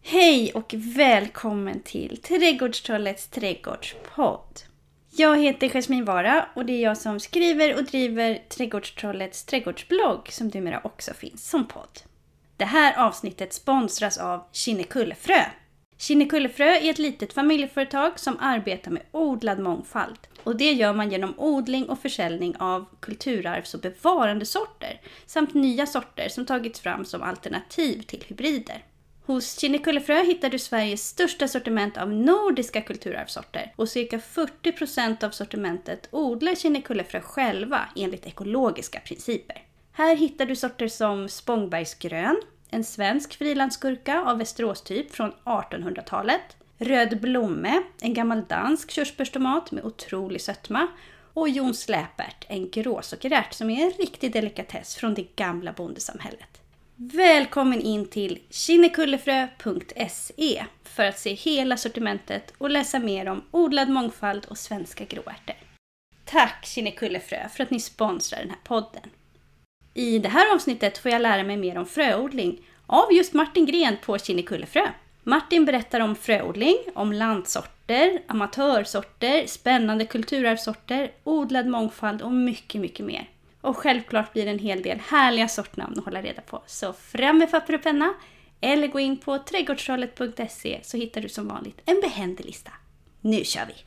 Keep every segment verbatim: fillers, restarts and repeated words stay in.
Hej och välkommen till Trädgårdstrollets trädgårdspodd. Jag heter Jasmin Vara och det är jag som skriver och driver Trädgårdstrollets trädgårdsblogg som numera också finns som podd. Det här avsnittet sponsras av Kinnekullefrö. Kinnekullefrö är ett litet familjeföretag som arbetar med odlad mångfald. Och det gör man genom odling och försäljning av kulturarvs- och bevarandesorter samt nya sorter som tagits fram som alternativ till hybrider. Hos Kinnekullefrö hittar du Sveriges största sortiment av nordiska kulturarvssorter och cirka fyrtio procent av sortimentet odlar Kinnekullefrö själva enligt ekologiska principer. Här hittar du sorter som Spångbergsgrön, en svensk frilandsgurka av Västerås-typ från artonhundratalet, Röd blomme, en gammal dansk körsbärstomat med otrolig sötma och Jon Släpert, en gråsockerärt som är en riktig delikatess från det gamla bondesamhället. Välkommen in till kinnekullefrö punkt se för att se hela sortimentet och läsa mer om odlad mångfald och svenska gråärtor. Tack Kinnekullefrö för att ni sponsrar den här podden. I det här avsnittet får jag lära mig mer om fröodling av just Martin Gren på Kinnekullefrö. Martin berättar om fröodling, om landsorter, amatörsorter, spännande kulturarvssorter, odlad mångfald och mycket, mycket mer. Och självklart blir det en hel del härliga sortnamn att hålla reda på. Så fram med papper och penna eller gå in på trädgårdstrollet punkt se så hittar du som vanligt en behändig lista. Nu kör vi!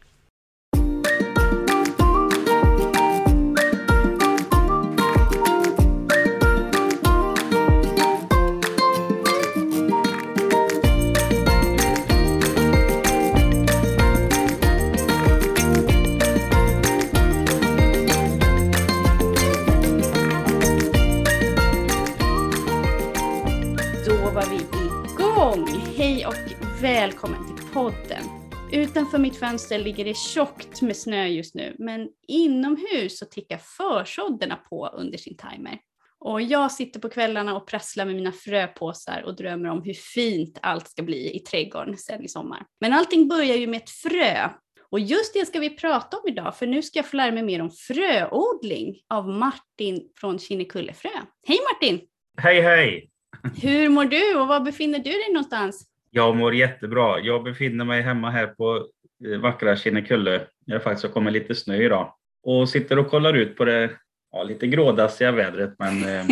Hej och välkommen till podden. Utanför mitt fönster ligger det tjockt med snö just nu, men inomhus så tickar försådderna på under sin timer. Och jag sitter på kvällarna och prasslar med mina fröpåsar och drömmer om hur fint allt ska bli i trädgården sen i sommar. Men allting börjar ju med ett frö. Och just det ska vi prata om idag, för nu ska jag få lära mig mer om fröodling av Martin från Kinnekullefrö. Hej Martin! Hej hej! Hur mår du och var befinner du dig någonstans? Jag mår jättebra. Jag befinner mig hemma här på vackra Kinnekulle. Jag har faktiskt kommit lite snö idag. Och sitter och kollar ut på det ja, lite grådassiga vädret. Men eh,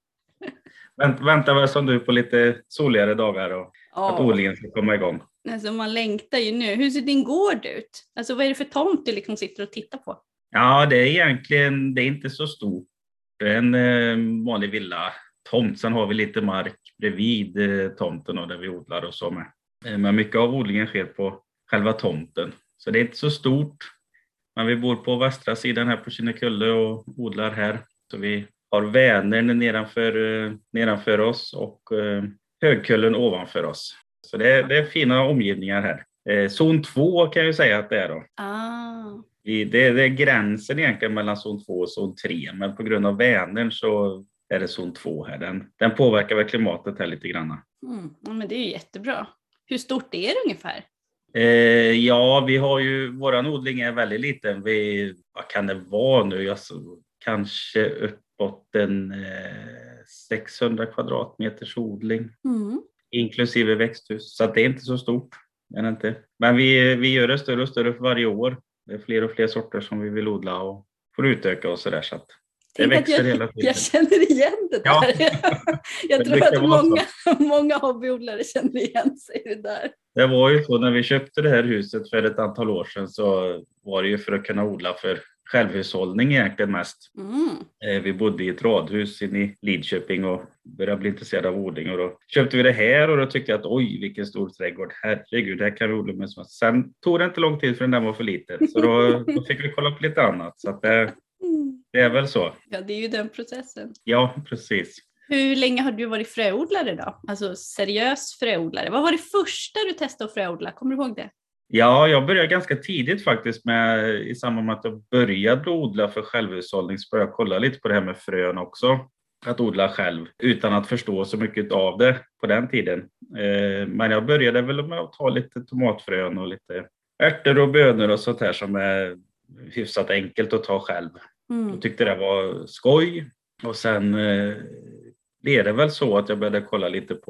vänt, väntar väl som du på lite soligare dagar och oh. att odlingen ska komma igång. Alltså man längtar ju nu. Hur ser din gård ut? Alltså vad är det för tomt du liksom sitter och tittar på? Ja, det är egentligen det är inte så stort. Det är en eh, vanlig villa. Tomt. Sen har vi lite mark bredvid eh, tomten och där vi odlar och så med. Eh, men mycket av odlingen sker på själva tomten. Så det är inte så stort. Men vi bor på västra sidan här på Kinnekulle och odlar här. Så vi har Vänern nedanför, eh, nedanför oss och eh, Högkullen ovanför oss. Så det är, det är fina omgivningar här. Eh, zon två kan jag säga att det är då. Ah. Vi, det, det är gränsen egentligen mellan zon två och zon tre. Men på grund av Vänern så är det zon två här. Den, den påverkar väl klimatet här lite grann. Mm, ja, men det är ju jättebra. Hur stort är det ungefär? Eh, ja, vi har ju, våran odling är väldigt liten. Vi, vad kan det vara nu? Alltså, kanske uppåt en eh, sexhundra kvadratmeters odling. Mm. Inklusive växthus. Så att det är inte så stort. Men, inte. men vi, vi gör det större och större för varje år. Det är fler och fler sorter som vi vill odla och får utöka och sådär så att det växer jag, hela tiden. Jag känner igen det där. Ja. jag tror att många, många hobbyodlare känner igen sig i det där. Det var ju så när vi köpte det här huset för ett antal år sedan så var det ju för att kunna odla för självhushållning egentligen mest. Mm. Vi bodde i ett radhus inne i Lidköping och började bli intresserade av odling. Och då köpte vi det här och då tyckte jag att oj vilken stor trädgård. Herregud, här kan vi odla med så. Sen tog det inte lång tid för den där var för liten. Så då, då fick vi kolla på lite annat. Så att det, det är väl så. Ja, det är ju den processen. Ja, precis. Hur länge har du varit fröodlare då? Alltså seriös fröodlare. Vad var det första du testade att fröodla? Kommer du ihåg det? Ja, jag började ganska tidigt faktiskt med, i samband med att jag började odla för självhushållning så började jag kolla lite på det här med frön också. Att odla själv utan att förstå så mycket av det på den tiden. Eh, men jag började väl med att ta lite tomatfrön och lite ärtor och bönor och sånt här som är hyfsat enkelt att ta själv. Mm. Jag tyckte det var skoj och sen eh, blev det väl så att jag började kolla lite på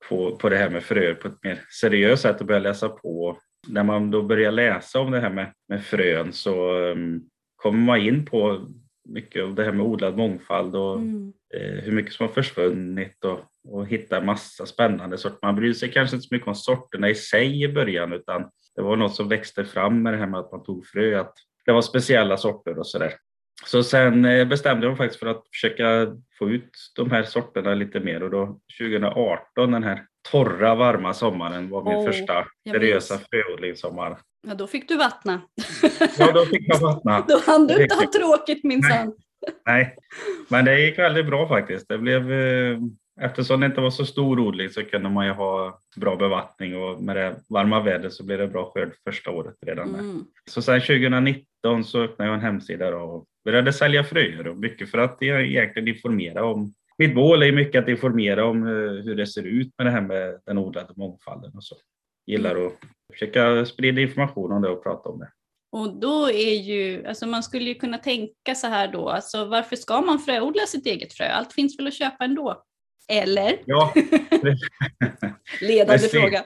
på, på det här med fröer på ett mer seriöst sätt och började läsa på. När man då börjar läsa om det här med, med frön så um, kommer man in på mycket av det här med odlad mångfald och mm. eh, hur mycket som har försvunnit och, och hitta massa spännande sorter. Man bryr sig kanske inte så mycket om sorterna i sig i början, utan det var något som växte fram med det här med att man tog frö, att det var speciella sorter och sådär. Så sen bestämde jag mig faktiskt för att försöka få ut de här sorterna lite mer, och då tjugo arton, den här torra varma sommaren, var min oh, första seriösa fröodlingssommar. Ja, då fick du vattna. Ja, då fick jag vattna. Då hann du inte ha tråkigt minsann. Nej. Nej, men det gick väldigt bra faktiskt. Det blev, eftersom det inte var så stor odling så kunde man ju ha bra bevattning, och med det varma vädret så blev det bra skörd första året redan där. Mm. Så sen tjugo nitton så öppnade jag en hemsida och började sälja fröer, och mycket för att jag egentligen informera om, mitt mål är mycket att informera om hur det ser ut med det här med den odlade mångfalden och så. Gillar att försöka sprida information om det och prata om det. Och då är ju, alltså man skulle ju kunna tänka så här då, alltså varför ska man fröodla sitt eget frö? Allt finns väl att köpa ändå? Eller? Ja. Ledande fråga.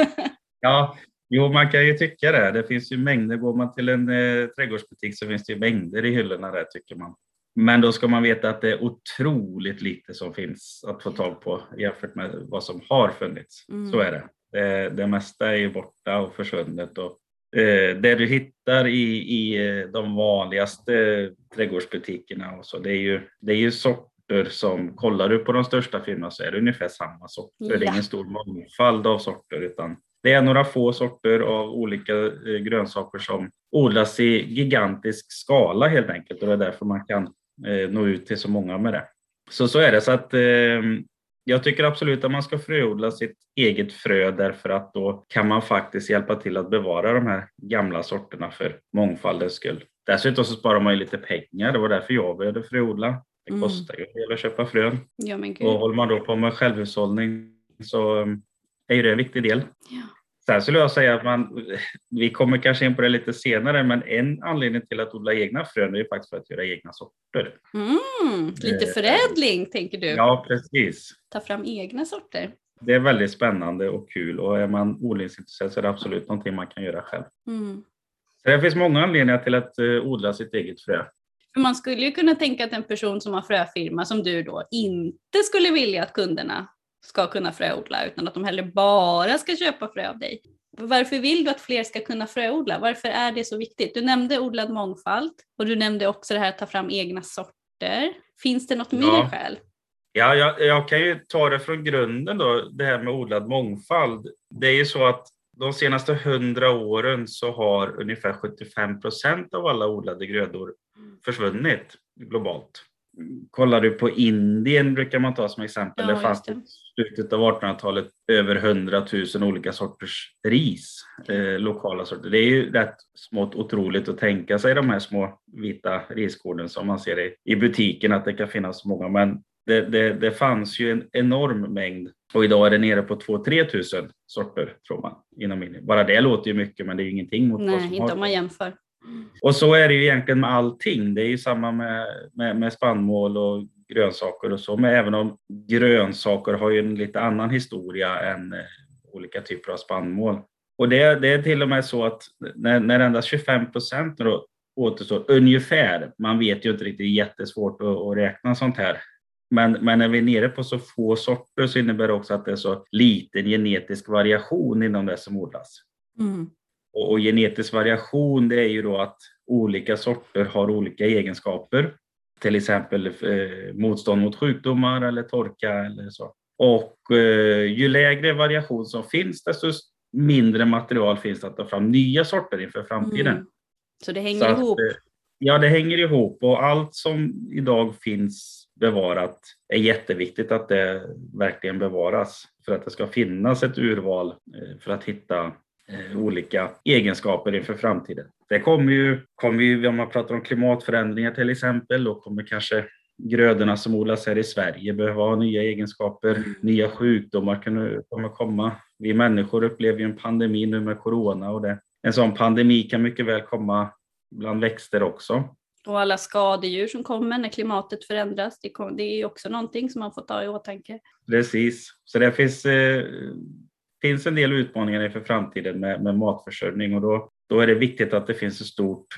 Ja, jo, man kan ju tycka det. Det finns ju mängder. Går man till en eh, trädgårdsbutik så finns det ju mängder i hyllorna där, tycker man. Men då ska man veta att det är otroligt lite som finns att få tag på jämfört med vad som har funnits. Mm. Så är det. det. Det mesta är ju borta och försvunnet. Och, eh, det du hittar i, i de vanligaste trädgårdsbutikerna och så, det är ju, det är ju sorter som, kollar du på de största firmorna så är det ungefär samma sorter. Ja. Det är ingen stor mångfald av sorter, utan det är några få sorter av olika eh, grönsaker som odlas i gigantisk skala helt enkelt. Och det är därför man kan eh, nå ut till så många med det. Så så är det. Så att eh, jag tycker absolut att man ska fröodla sitt eget frö, därför att då kan man faktiskt hjälpa till att bevara de här gamla sorterna för mångfaldens skull. Dessutom så sparar man ju lite pengar. Det var därför jag började fröodla. Det mm. kostar ju att köpa frön. Ja, men gud. Och håller man då på med självhushållning så är ju det en viktig del. Ja. Sen skulle jag säga att man, vi kommer kanske in på det lite senare, men en anledning till att odla egna frön är ju faktiskt för att göra egna sorter. Mm, lite förädling tänker du? Ja, precis. Ta fram egna sorter. Det är väldigt spännande och kul, och är man odlingsintresserad så är det absolut någonting man kan göra själv. Mm. Så det finns många anledningar till att odla sitt eget frö. För man skulle ju kunna tänka att en person som har fröfirma som du då inte skulle vilja att kunderna ska kunna fröodla, utan att de heller bara ska köpa frö av dig. Varför vill du att fler ska kunna fröodla? Varför är det så viktigt? Du nämnde odlad mångfald, och du nämnde också det här att ta fram egna sorter. Finns det något ja. mer skäl? Ja, jag, jag kan ju ta det från grunden då, det här med odlad mångfald. Det är ju så att de senaste hundra åren så har ungefär sjuttiofem procent av alla odlade grödor försvunnit globalt. Kollar du på Indien brukar man ta som exempel. Ja, det fanns det. I slutet av artonhundratalet över hundratusen olika sorters ris, eh, lokala sorter. Det är ju rätt smått otroligt att tänka sig de här små vita riskornen som man ser i, i butiken, att det kan finnas många. Men det, det, det fanns ju en enorm mängd, och idag är det nere på två till tre tusen sorter, tror man. Inom Indien. Bara det låter ju mycket, men det är ju ingenting mot Nej, vad som inte har. om man jämför. Och så är det ju egentligen med allting. Det är ju samma med, med, med spannmål och grönsaker och så. Men även om grönsaker har ju en lite annan historia än eh, olika typer av spannmål. Och det, det är till och med så att när, när endast tjugofem procent då återstår ungefär. Man vet ju inte riktigt, det är jättesvårt att, att räkna sånt här. Men, men när vi är nere på så få sorter så innebär det också att det är så liten genetisk variation inom det som odlas. Mm. Och, och genetisk variation, det är ju då att olika sorter har olika egenskaper. Till exempel eh, motstånd mot sjukdomar eller torka eller så. Och eh, ju lägre variation som finns, desto mindre material finns att ta fram nya sorter inför framtiden. Mm. Så det hänger så att, ihop? Ja, det hänger ihop. Och allt som idag finns bevarat är jätteviktigt att det verkligen bevaras. För att det ska finnas ett urval eh, för att hitta eh, olika egenskaper inför framtiden. Det kommer ju, kommer ju, om man pratar om klimatförändringar till exempel, då kommer kanske grödorna som odlas här i Sverige behöva ha nya egenskaper. Mm. Nya sjukdomar kommer komma. Vi människor upplever ju en pandemi nu med corona, och det. En sån pandemi kan mycket väl komma bland växter också. Och alla skadedjur som kommer när klimatet förändras, det, kom, det är också någonting som man får ta i åtanke. Precis, så det finns, eh, finns en del utmaningar inför framtiden med, med matförsörjning, och då, då är det viktigt att det finns ett stort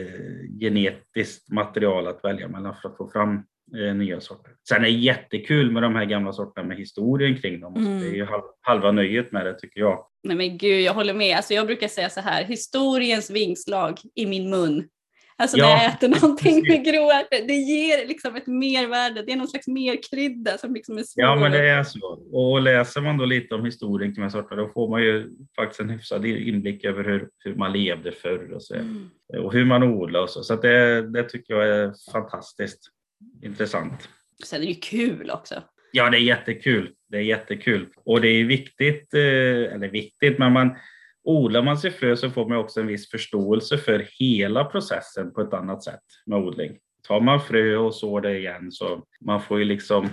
eh, genetiskt material att välja mellan för att få fram eh, nya sorter. Sen är det jättekul med de här gamla sorterna med historien kring dem. Mm. Det är ju halv, halva nöjet med det, tycker jag. Nej men gud, jag håller med. Alltså, jag brukar säga så här, historiens vingslag i min mun. Alltså ja, när jag äter någonting med gråärtor, det ger liksom ett mervärde. Det är någon slags merkrydda som liksom är svår. Ja, men det är så. Och läser man då lite om historien kring de här sorterna, då får man ju faktiskt en hyfsad inblick över hur, hur man levde förr och så. Mm. Och hur man odlar och så. Så att det, det tycker jag är fantastiskt intressant. Sen är det ju kul också. Ja, det är jättekul. Det är jättekul. Och det är viktigt, eller viktigt, men man... Odlar man sig frö så får man också en viss förståelse för hela processen på ett annat sätt med odling. Tar man frö och sår det igen, så man får ju liksom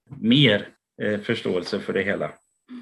mer eh, förståelse för det hela.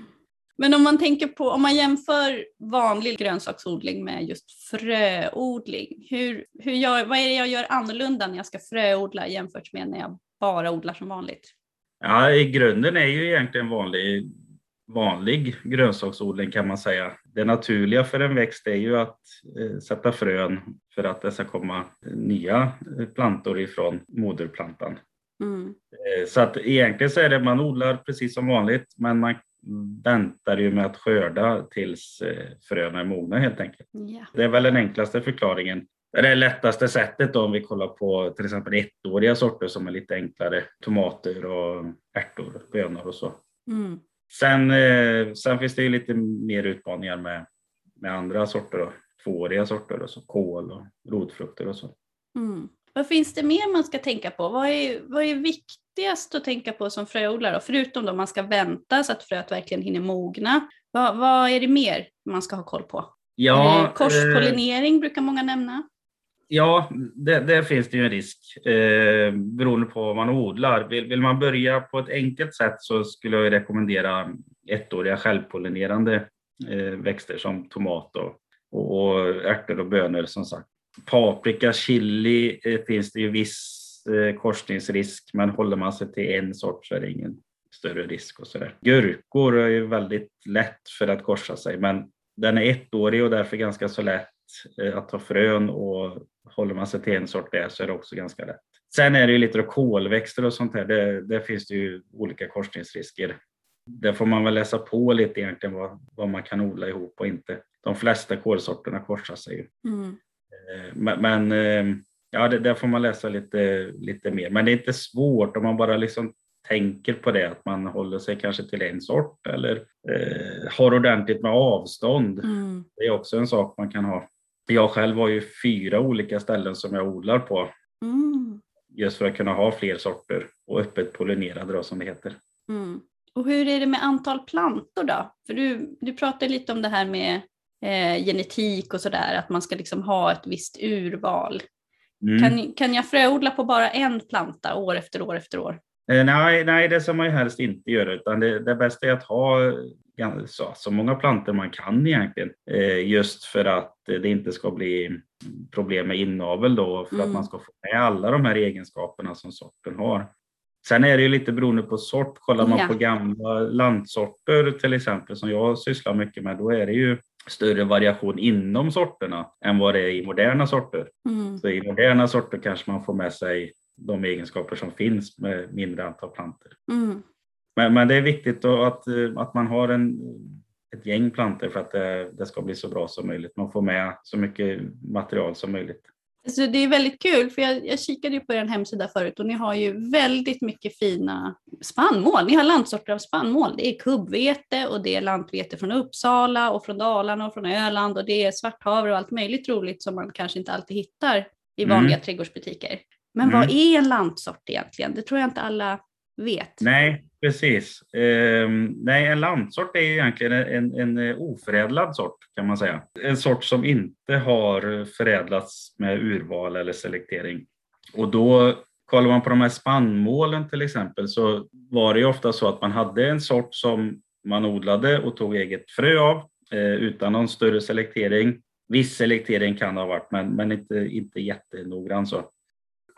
Men om man tänker på, om man jämför vanlig grönsaksodling med just fröodling, hur, hur gör, vad är det jag gör annorlunda när jag ska fröodla jämfört med när jag bara odlar som vanligt? Ja, i grunden är ju egentligen vanlig vanlig grönsaksodling, kan man säga. Det naturliga för en växt är ju att eh, sätta frön för att det ska komma nya plantor ifrån moderplantan. Mm. Eh, så att egentligen så är det, man odlar precis som vanligt, men man väntar ju med att skörda tills eh, fröna är mogna helt enkelt. Yeah. Det är väl den enklaste förklaringen. Det är det lättaste sättet då, om vi kollar på till exempel ettåriga sorter som är lite enklare. Tomater och ärtor, bönor och så. Mm. Sen, eh, sen finns det ju lite mer utmaningar med, med andra sorter då. Tvååriga sorter, och så kål och rotfrukter och så. Mm. Vad finns det mer man ska tänka på? Vad är, vad är viktigast att tänka på som fröodlare? Förutom då man ska vänta så att fröet verkligen hinner mogna. Vad, vad är det mer man ska ha koll på? Ja, korspollinering eh, brukar många nämna. Ja, det, det finns det ju en risk eh, beroende på vad man odlar. Vill, vill man börja på ett enkelt sätt så skulle jag rekommendera ettåriga självpollinerande eh, växter som tomat och, och, och ärtor och bönor som sagt. Paprika, chili eh, finns det ju viss eh, korsningsrisk, men håller man sig till en sort så är det ingen större risk och sådär. Gurkor är ju väldigt lätt för att korsa sig, men den är ettårig och därför ganska så lätt att ta frön, och håller man sig till en sort där så är det också ganska lätt. Sen är det ju lite kolväxter och sånt här, det, där finns det ju olika korsningsrisker. Där får man väl läsa på lite egentligen vad, vad man kan odla ihop och inte. De flesta kolsorterna korsar sig ju. Mm. Men, men ja, det, där får man läsa lite, lite mer. Men det är inte svårt om man bara liksom tänker på det, att man håller sig kanske till en sort eller eh, har ordentligt med avstånd. Mm. Det är också en sak man kan ha. Jag själv har ju fyra olika ställen som jag odlar på. Mm. Just för att kunna ha fler sorter och öppet pollinerade då, som det heter. Mm. Och hur är det med antal plantor då? För du, du pratar lite om det här med eh, genetik och sådär, att man ska liksom ha ett visst urval. Mm. Kan, kan jag fröodla på bara en planta år efter år efter år? Eh, nej, nej, det ska man ju helst inte göra, utan det, det bästa är att ha så, så många plantor man kan egentligen. Eh, just för att det inte ska bli problem med inavel då, för mm. att man ska få med alla de här egenskaperna som sorten har. Sen är det ju lite beroende på sort. Kollar man ja. på gamla lantsorter till exempel, som jag sysslar mycket med, då är det ju större variation inom sorterna än vad det är i moderna sorter. Mm. Så i moderna sorter kanske man får med sig de egenskaper som finns med mindre antal plantor. Mm. Men, men det är viktigt att, att man har en, ett gäng plantor för att det, det ska bli så bra som möjligt. Man får med så mycket material som möjligt. Så det är väldigt kul, för jag, jag kikade ju på er hemsida förut och ni har ju väldigt mycket fina spannmål. Ni har landsorter av spannmål. Det är kubbvete och det är lantvete från Uppsala och från Dalarna och från Öland, och det är svarthavre och allt möjligt roligt som man kanske inte alltid hittar i vanliga mm. trädgårdsbutiker. Men mm. vad är en lantsort egentligen? Det tror jag inte alla vet. Nej, precis. Um, nej, en lantsort är egentligen en, en oförädlad sort, kan man säga. En sort som inte har förädlats med urval eller selektering. Och då kollar man på de här spannmålen till exempel, så var det ju ofta så att man hade en sort som man odlade och tog eget frö av eh, utan någon större selektering. Viss selektering kan det ha varit, men, men inte, inte jättenogrann så.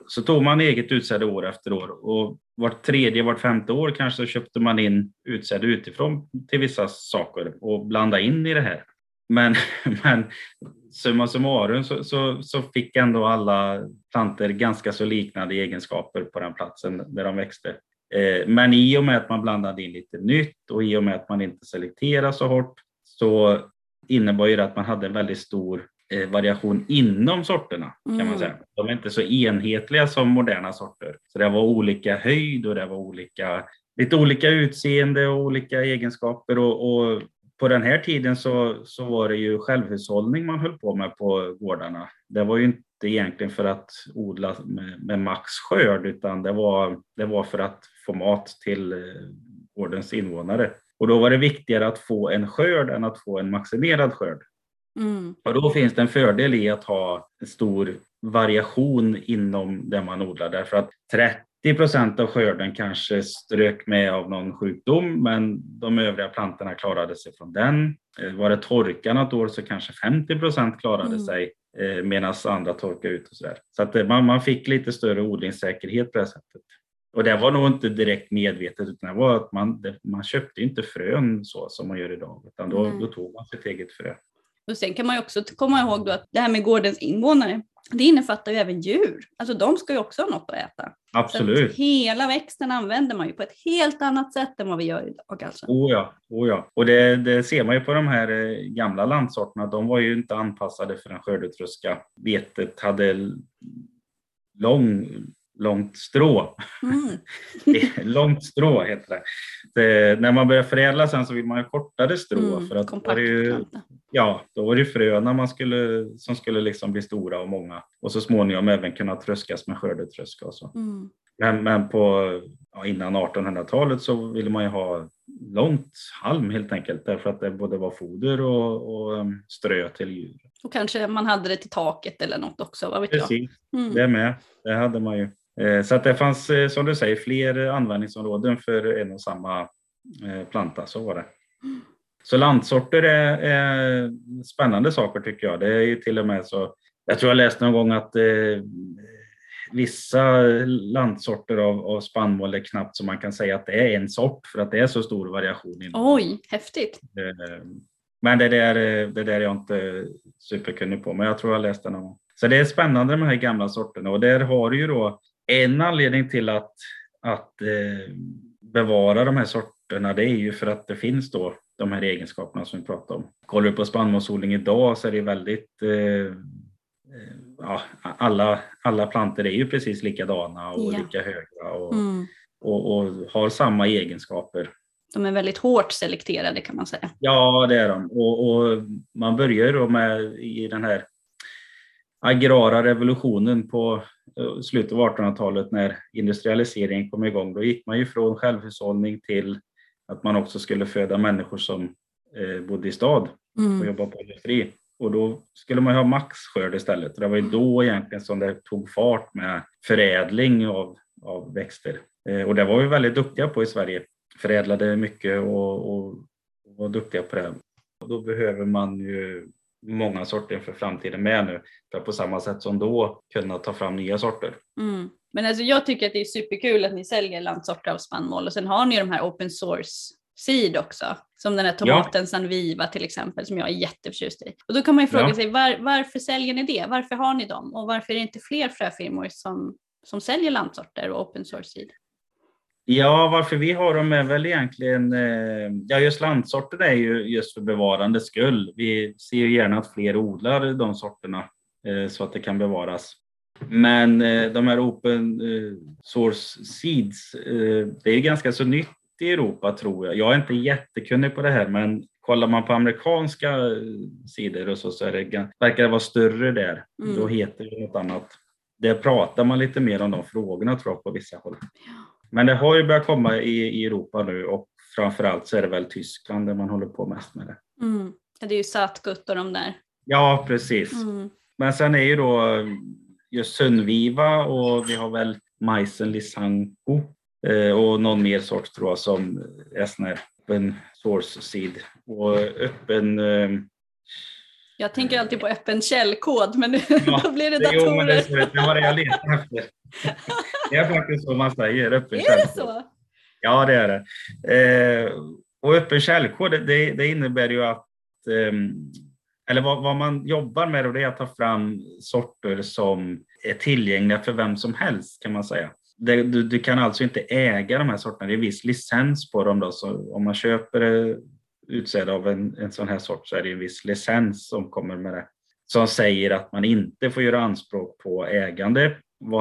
så tog man eget utsäde år efter år och vart tredje, vart femte år kanske köpte man in utsäde utifrån till vissa saker och blandade in i det här. Men, men summa summarum så, så, så fick ändå alla plantor ganska så liknande egenskaper på den platsen där de växte. Men i och med att man blandade in lite nytt och i och med att man inte selekterade så hårt så innebar ju det att man hade en väldigt stor variation inom sorterna kan man säga. De är inte så enhetliga som moderna sorter. Så det var olika höjd och det var olika, lite olika utseende och olika egenskaper och, och på den här tiden så, så var det ju självhushållning man höll på med på gårdarna. Det var ju inte egentligen för att odla med, med max skörd utan det var, det var för att få mat till gårdens invånare. Och då var det viktigare att få en skörd än att få en maximerad skörd. Mm. Och då finns det en fördel i att ha en stor variation inom det man odlar. Därför att trettio procent av skörden kanske strök med av någon sjukdom men de övriga plantorna klarade sig från den. Var det torka något år så kanske femtio procent klarade mm. sig medan andra torkade ut och sådär. Så att man, man fick lite större odlingssäkerhet på det sättet. Och det var nog inte direkt medvetet utan det var att man, det, man köpte inte frön så som man gör idag utan då, mm. då tog man sitt eget frö. Och sen kan man ju också komma ihåg då att det här med gårdens invånare, det innefattar ju även djur. Alltså de ska ju också ha något att äta. Absolut. Så hela växten använder man ju på ett helt annat sätt än vad vi gör idag. Alltså. Oh ja, oh ja. Och det, det ser man ju på de här gamla landsorterna. De var ju inte anpassade för en skördetröska. Vetet hade lång... långt strå. Mm. Långt strå heter det. det. När man börjar förädla sen så vill man ju kortare strå. Mm, för att var det ju, ja, då var det fröna man skulle, som skulle liksom bli stora och många. Och så småningom även kunna tröskas med skördetröska och så. Mm. Men, men på, ja, innan artonhundratalet så ville man ju ha långt halm helt enkelt. Därför att det både var foder och, och strö till djur. Och kanske man hade det till taket eller något också, vad vet Precis, jag. Mm. det med. Det hade man ju. Så att det fanns, som du säger, fler användningsområden för en och samma planta, så var det. Så landsorter är, är spännande saker tycker jag. Det är ju till och med så, jag tror jag läste någon gång att eh, vissa landsorter av, av spannmål är knappt som man kan säga att det är en sort för att det är så stor variation. Inom. Oj, häftigt. Eh, men det där, det där är jag inte superkunnig på, men jag tror jag läste någon gång. Så det är spännande med de här gamla sorterna och där har du ju då en anledning till att, att eh, bevara de här sorterna, det är ju för att det finns då de här egenskaperna som vi pratar om. Kollar du på spannmålsodling idag så är det väldigt, eh, ja, alla, alla plantor är ju precis likadana och ja. lika höga och, mm. och, och har samma egenskaper. De är väldigt hårt selekterade kan man säga. Ja, det är de. Och, och man börjar ju då med i den här agrara revolutionen på slutet av artonhundratalet när industrialiseringen kom igång. Då gick man ju från självhushållning till att man också skulle föda människor som eh, bodde i stad mm. och jobbade på industri. Och då skulle man ha maxskörd istället. Och det var ju då egentligen som det tog fart med förädling av, av växter. Eh, och det var vi väldigt duktiga på i Sverige. Förädlade mycket och, och, och var duktiga på det. Och då behöver man ju många sorter för framtiden med nu. För att på samma sätt som då kunna ta fram nya sorter. Mm. Men alltså jag tycker att det är superkul att ni säljer landsorter av spannmål. Och sen har ni de här open source seed också. Som den här tomaten ja. Sanviva till exempel som jag är jätteförtjust i. Och då kan man ju fråga ja. sig var, varför säljer ni det? Varför har ni dem? Och varför är det inte fler fröfirmor som, som säljer landsorter och open source seed? Ja, varför vi har dem är väl egentligen, ja just landsorter är ju just för bevarande skull. Vi ser ju gärna att fler odlar de sorterna så att det kan bevaras. Men de här open source seeds, det är ju ganska så nytt i Europa tror jag. Jag är inte jättekunnig på det här, men kollar man på amerikanska sidor och så, så är det, verkar det vara större där. Mm. Då heter det något annat. Där pratar man lite mer om de frågorna tror jag på vissa håll. Ja. Men det har ju börjat komma i, i Europa nu och framförallt så är det väl Tyskland där man håller på mest med det. Mm. Det är ju Saatgut och de där. Ja, precis. Mm. Men sen är ju då just Sunviva och vi har väl majsen Lisanko eh, och någon mer sort tror jag som är sån här open source seed. Och öppen... Eh, Jag tänker alltid på öppen källkod, men nu Ja, då blir det det, jo, men det, datorer. är så, det var det jag letade efter. Det är faktiskt så man säger, öppen Är källkod. det så? Ja, det är det. Eh, och öppen källkod, det, det innebär ju att, eh, eller vad, vad man jobbar med då, det är att ta fram sorter som är tillgängliga för vem som helst, kan man säga. Det, du, du kan alltså inte äga de här sorterna, det är viss licens på dem då, så om man köper utsäde av en, en sån här sort så är det en viss licens som kommer med det. Som säger att man inte får göra anspråk på ägande,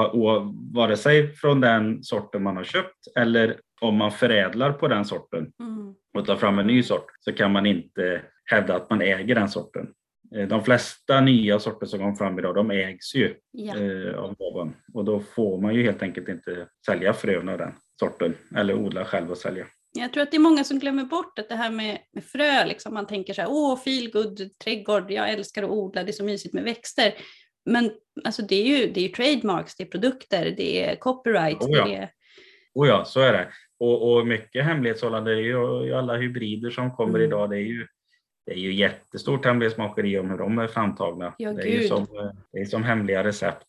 vare sig från den sorten man har köpt eller om man förädlar på den sorten Mm. och tar fram en ny sort, så kan man inte hävda att man äger den sorten. De flesta nya sorter som kommer fram idag, de ägs ju Ja. eh, av någon. Och då får man ju helt enkelt inte sälja frön av den sorten eller odla själv och sälja. Jag tror att det är många som glömmer bort att det här med, med frö, liksom, man tänker så här, åh, feel good trädgård, jag älskar att odla, det är så mysigt med växter. Men alltså, det är ju, det är ju trademarks, det är produkter, det är copyright. Oh ja, det är... oh ja, så är det. Och, och mycket hemlighetshållande, det är ju alla hybrider som kommer mm. idag, det är ju Det är ju jättestort hemlighetsmakeri om hur de är framtagna. Ja, det, är ju som, det är som hemliga recept.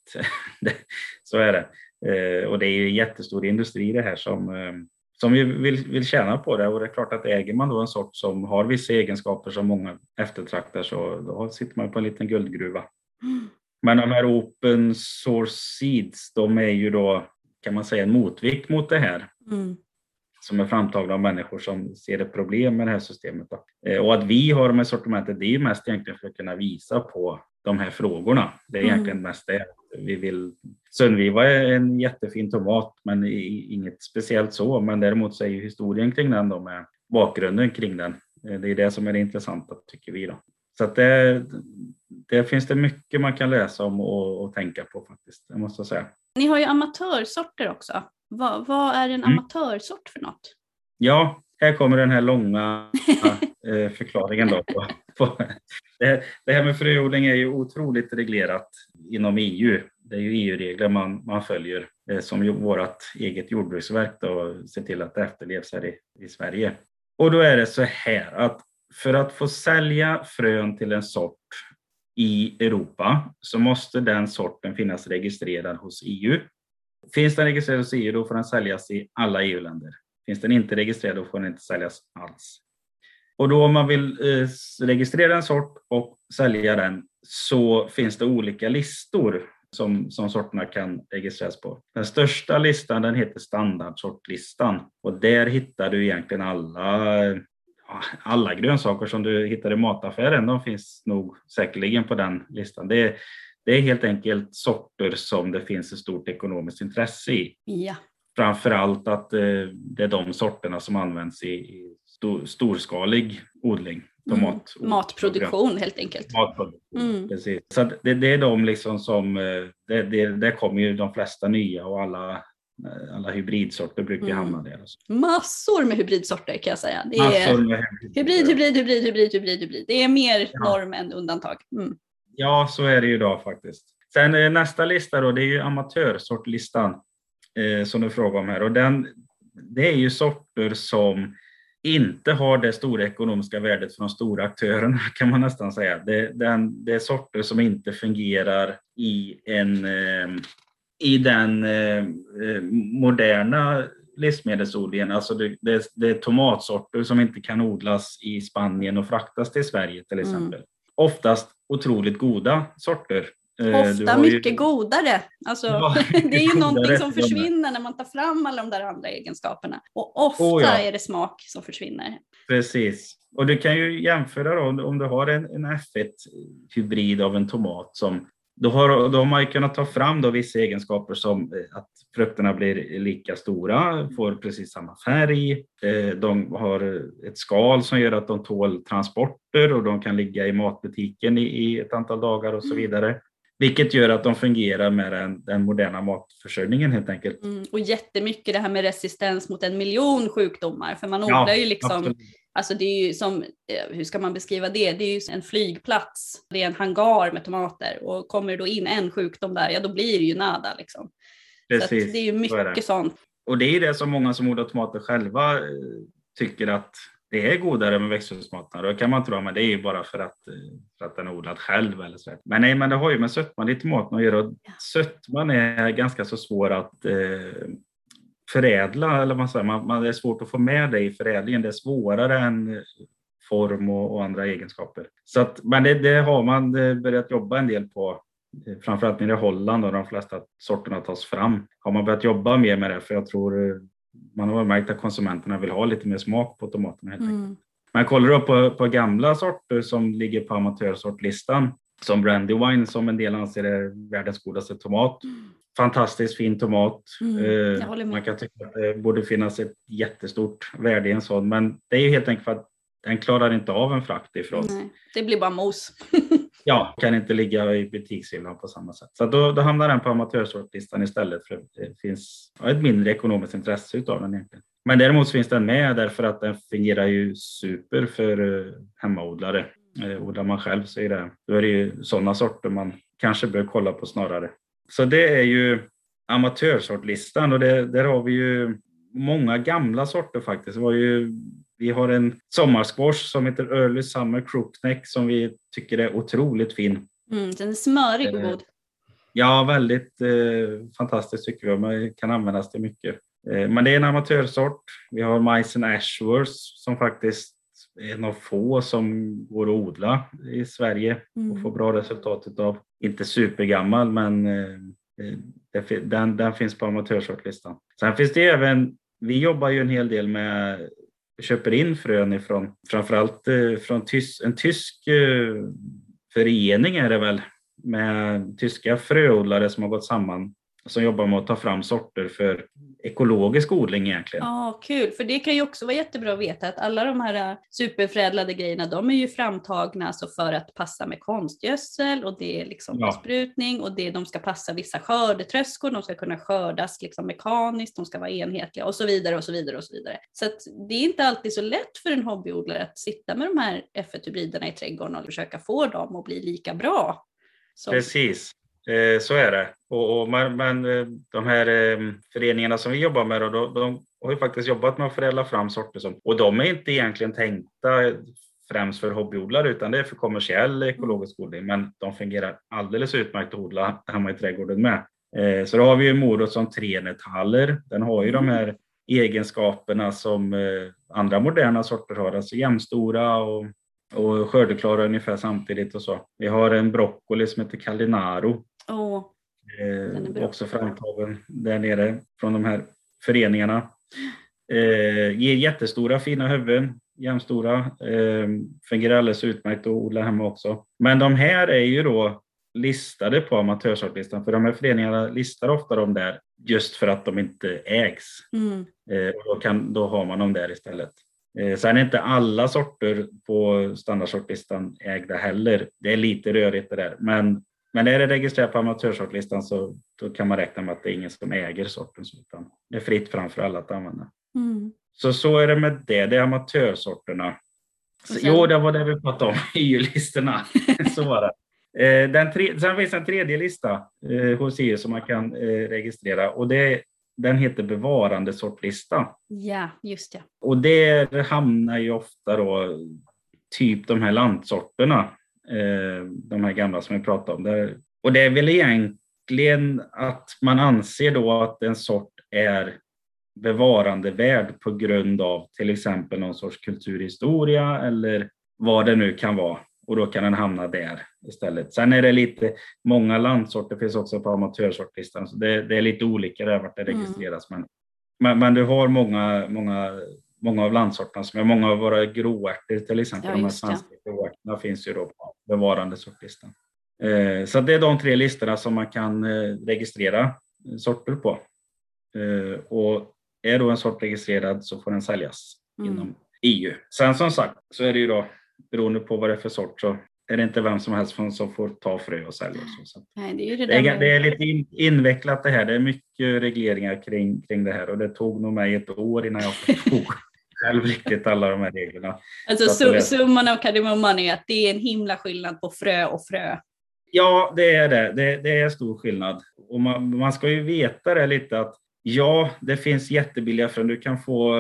Så är det. Och det är ju jättestor industri det här som, som vill, vill tjäna på det. Och det är klart att äger man då en sort som har vissa egenskaper som många eftertraktar, så då sitter man på en liten guldgruva. Mm. Men de här open source seeds, de är ju då, kan man säga, en motvikt mot det här. Mm. Som är framtagna av människor som ser ett problem med det här systemet. Då. Och att vi har de här sortimentet, det är mest egentligen för att kunna visa på de här frågorna. Det är egentligen mm. mest det. Vi vill... Sunviva är en jättefin tomat, men inget speciellt så. Men däremot så är ju historien kring den, då, med bakgrunden kring den. Det är det som är det intressanta, tycker vi då. Så att det, det finns det mycket man kan läsa om och, och tänka på faktiskt, jag måste säga. Ni har ju amatörsorter också. Vad, vad är en amatörsort för något? Ja, här kommer den här långa eh, förklaringen då. På, på. Det, här, det här med fröodling är ju otroligt reglerat inom E U. Det är ju E U-regler man, man följer eh, som ju vårt eget jordbruksverk då, ser till att det efterlevs här i, i Sverige. Och då är det så här att för att få sälja frön till en sort i Europa så måste den sorten finnas registrerad hos E U. Finns den registrerad hos E U, då får den säljas i alla E U-länder. Finns den inte registrerad, då får den inte säljas alls. Och då om man vill eh, registrera en sort och sälja den, så finns det olika listor som, som sorterna kan registreras på. Den största listan, den heter standardsortlistan. Och där hittar du egentligen alla, alla grönsaker som du hittar i mataffären. De finns nog säkerligen på den listan. Det är Det är helt enkelt sorter som det finns ett stort ekonomiskt intresse i. Ja. Framförallt att eh, det är de sorterna som används i, i stor, storskalig odling. Tomat, mm. Matproduktion helt enkelt. Matproduktion, mm. precis. Så det, det är de liksom som, det, det, det kommer ju de flesta nya och alla, alla hybridsorter brukar mm. hamna där. Massor med hybridsorter kan jag säga. Det är hybrid, hybrid, hybrid, hybrid, hybrid, hybrid. Det är mer ja. norm än undantag. Mm. Ja, så är det ju idag faktiskt. Sen nästa lista då, det är ju amatörsortlistan eh, som du frågar om här. Och den, det är ju sorter som inte har det stora ekonomiska värdet för de stora aktörerna, kan man nästan säga. Det, den, det är sorter som inte fungerar i, en, eh, i den eh, moderna livsmedelsodlingen. Alltså det, det, det är tomatsorter som inte kan odlas i Spanien och fraktas till Sverige till exempel. Mm. Oftast otroligt goda sorter. Ofta mycket ju... godare. Alltså, ja, det är ju någonting som försvinner när man tar fram alla de där andra egenskaperna. Och ofta oh, ja. är det smak som försvinner. Precis. Och du kan ju jämföra då, om du har en, en F ett-hybrid av en tomat. Som, då, har, då har man ju kunnat ta fram då vissa egenskaper som att frukterna blir lika stora, får precis samma färg. De har ett skal som gör att de tål transporter och de kan ligga i matbutiken i, i ett antal dagar och så vidare. Vilket gör att de fungerar med den, den moderna matförsörjningen helt enkelt. Mm, och jättemycket det här med resistens mot en miljon sjukdomar. För man odlar ja, ju liksom, absolut. Alltså det är ju som, hur ska man beskriva det? Det är ju en flygplats, det är en hangar med tomater. Och kommer det då in en sjukdom där, ja då blir det ju nada liksom. Precis, så det är ju mycket så är det. Sånt. Och det är det som många som odlar tomater själva tycker att det är godare med växthusmaten. Då kan man tro att det är ju bara för att, för att den är odlad själv. Eller så. Men nej, men det har ju med sötman i tomaten att göra. Sötman är ganska så svår att eh, förädla. Eller man säger, man, man, det är svårt att få med det i förädlingen. Det är svårare än form och, och andra egenskaper. Så att, men det, det har man börjat jobba en del på. Framförallt nere i Holland och de flesta sorterna tas fram. Har man börjat jobba mer med det, för jag tror man har märkt att konsumenterna vill ha lite mer smak på tomaterna helt enkelt. Mm. Men kollar du på, på gamla sorter som ligger på amatörsortlistan, som Brandywine som en del anser är världens godaste tomat. Mm. Fantastiskt fin tomat. Mm, eh, man kan tycka att det borde finnas ett jättestort värde i en sån, men det är ju helt enkelt för att den klarar inte av en frakt ifrån. Nej, det blir bara mos. Ja, kan inte ligga i butikshyllan på samma sätt. Så då, då hamnar den på amatörsortlistan istället, för det finns ja, ett mindre ekonomiskt intresse utav den egentligen. Men däremot finns den med därför att den fungerar ju super för uh, hemmaodlare. Uh, odlar man själv så är det, då är det ju sådana sorter man kanske bör kolla på snarare. Så det är ju amatörsortlistan, och det, där har vi ju många gamla sorter faktiskt. Det var ju Vi har en sommarsquash som heter Early Summer Crookneck som vi tycker är otroligt fin. Mm, den är smörig och god. Ja, väldigt eh, fantastiskt tycker vi. Man kan användas till mycket. Eh, men det är en amatörsort. Vi har Meissen Ashworth som faktiskt är en av få som går att odla i Sverige mm. och får bra resultat av. Inte supergammal, men eh, den, den finns på amatörsortlistan. Sen finns det även, vi jobbar ju en hel del med köper in frön ifrån, framförallt eh, från tys, en tysk eh, förening är det väl, med tyska fröodlare som har gått samman, som jobbar med att ta fram sorter för ekologisk odling egentligen. Ja, kul. För det kan ju också vara jättebra att veta att alla de här superförädlade grejerna, de är ju framtagna alltså för att passa med konstgödsel, och det är liksom ja. besprutning, och det, de ska passa vissa skördetröskor, de ska kunna skördas liksom mekaniskt, de ska vara enhetliga och så vidare och så vidare och så vidare. Så att det är inte alltid så lätt för en hobbyodlare att sitta med de här F ett-hybriderna i trädgården och försöka få dem att bli lika bra. Så. Precis. Eh, så är det. Och, och man, man, de här eh, föreningarna som vi jobbar med, då, de, de har ju faktiskt jobbat med att förädla fram sorter som, och de är inte egentligen tänkta främst för hobbyodlare, utan det är för kommersiell ekologisk odling, men de fungerar alldeles utmärkt att odla hemma i trädgården med. Eh, så då har vi ju morot som trenetaller. Den har ju mm. de här egenskaperna som eh, andra moderna sorter har, alltså jämnstora och och skördeklara ungefär samtidigt och så. Vi har en broccoli som heter Calinaro. Oh, eh, också framtagen där nere från de här föreningarna. Eh, ger jättestora fina huvuden, jämnstora. Eh, fungerar alldeles utmärkt att odla hemma också. Men de här är ju då listade på amatörsortlistan, för de här föreningarna listar ofta dem där just för att de inte ägs. Mm. Eh, och då, kan, då har man dem där istället. Sen är inte alla sorter på standardsortlistan ägda heller. Det är lite rörigt det där. Men, men är det registrerat på amatörsortlistan så då kan man räkna med att det är ingen som äger sorten. Utan det är fritt framför alla att använda. Mm. Så så är det med det. Det är amatörsorterna. Så, sen... Jo, det var det vi pratade om i E U-listorna. Så var det. Den tre, sen finns en tredje lista eh, hos E U som man kan eh, registrera. Och det är Den heter bevarandesortlista. Ja, just det. Och det hamnar ju ofta då typ de här lantsorterna. Eh, de här gamla som vi pratade om. Där. Och det är väl egentligen att man anser då att en sort är bevarandevärd på grund av till exempel någon sorts kulturhistoria eller vad det nu kan vara. Och då kan den hamna där istället. Sen är det lite, många landsorter finns också på amatörsortlistan. Så det, det är lite olika där vart det registreras. Mm. Men, men, men du har många, många, många av landsorterna som är många av våra gråärtor till exempel. Ja, de här svenska gråärtorna finns ju då på bevarandesortlistan. Eh, så det är de tre listorna som man kan eh, registrera sorter på. Eh, och är då en sort registrerad så får den säljas mm. inom E U. Sen som sagt så är det ju då, beroende på vad det är för sort, så är det inte vem som helst som får ta frö och sälja. Och så. Nej, det, är ju det, det, är, med... det är lite in, invecklat det här. Det är mycket regleringar kring, kring det här. Och det tog nog mig ett år innan jag förstod själv riktigt alla de här reglerna. Alltså så, summan av kardemumman är att det är en himla skillnad på frö och frö. Ja, det är det. Det, det är stor skillnad. Och man, man ska ju veta det lite att Ja, det finns jättebilliga frön. Du kan få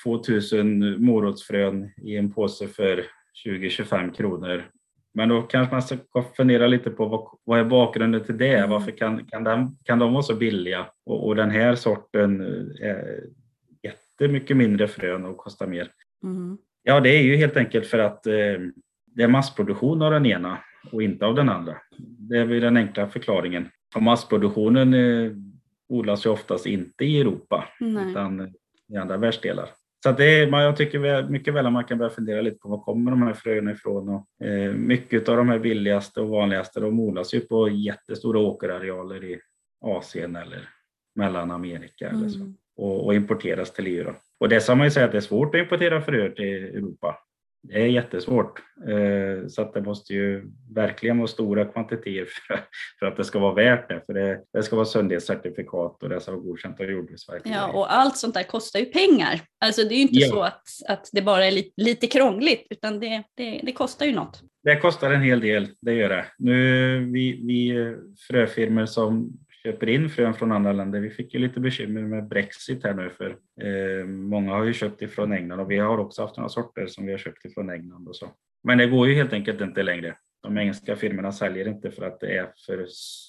tvåtusen morotsfrön i en påse för tjugo till tjugofem kronor. Men då kanske man ska fundera lite på vad, vad är bakgrunden till det? Mm. Varför kan, kan, de, kan de vara så billiga? Och, och den här sorten är jättemycket mindre frön och kostar mer. Mm. Ja, det är ju helt enkelt för att eh, det är massproduktion av den ena och inte av den andra. Det är väl den enkla förklaringen. Och massproduktionen eh, odlas ju oftast inte i Europa. Nej. Utan i andra världsdelar. Så att det är, jag tycker mycket väl att man kan börja fundera lite på var kommer de här fröna ifrån. Och, eh, mycket av de här billigaste och vanligaste de odlas ju på jättestora åkerarealer i Asien eller Mellanamerika mm. eller så. Och, och importeras till E U. Då. Och det som man ju säger att det är svårt att importera fröer till Europa. Det är jättesvårt. Eh, så att det måste ju verkligen vara stora kvantiteter för, för att det ska vara värt det. För det, det ska vara söndagscertifikat och det ska vara godkänt av Jordbruksverket. Ja, och allt sånt där kostar ju pengar. Alltså det är ju inte ja. så att, att det bara är lite, lite krångligt, utan det, det, det kostar ju något. Det kostar en hel del, det gör det. Nu vi, vi fröfirmor som köper in frön från andra länder. Vi fick ju lite bekymmer med Brexit här nu för eh, många har ju köpt ifrån England och vi har också haft några sorter som vi har köpt ifrån England och så. Men det går ju helt enkelt inte längre. De engelska firmorna säljer inte för att det är för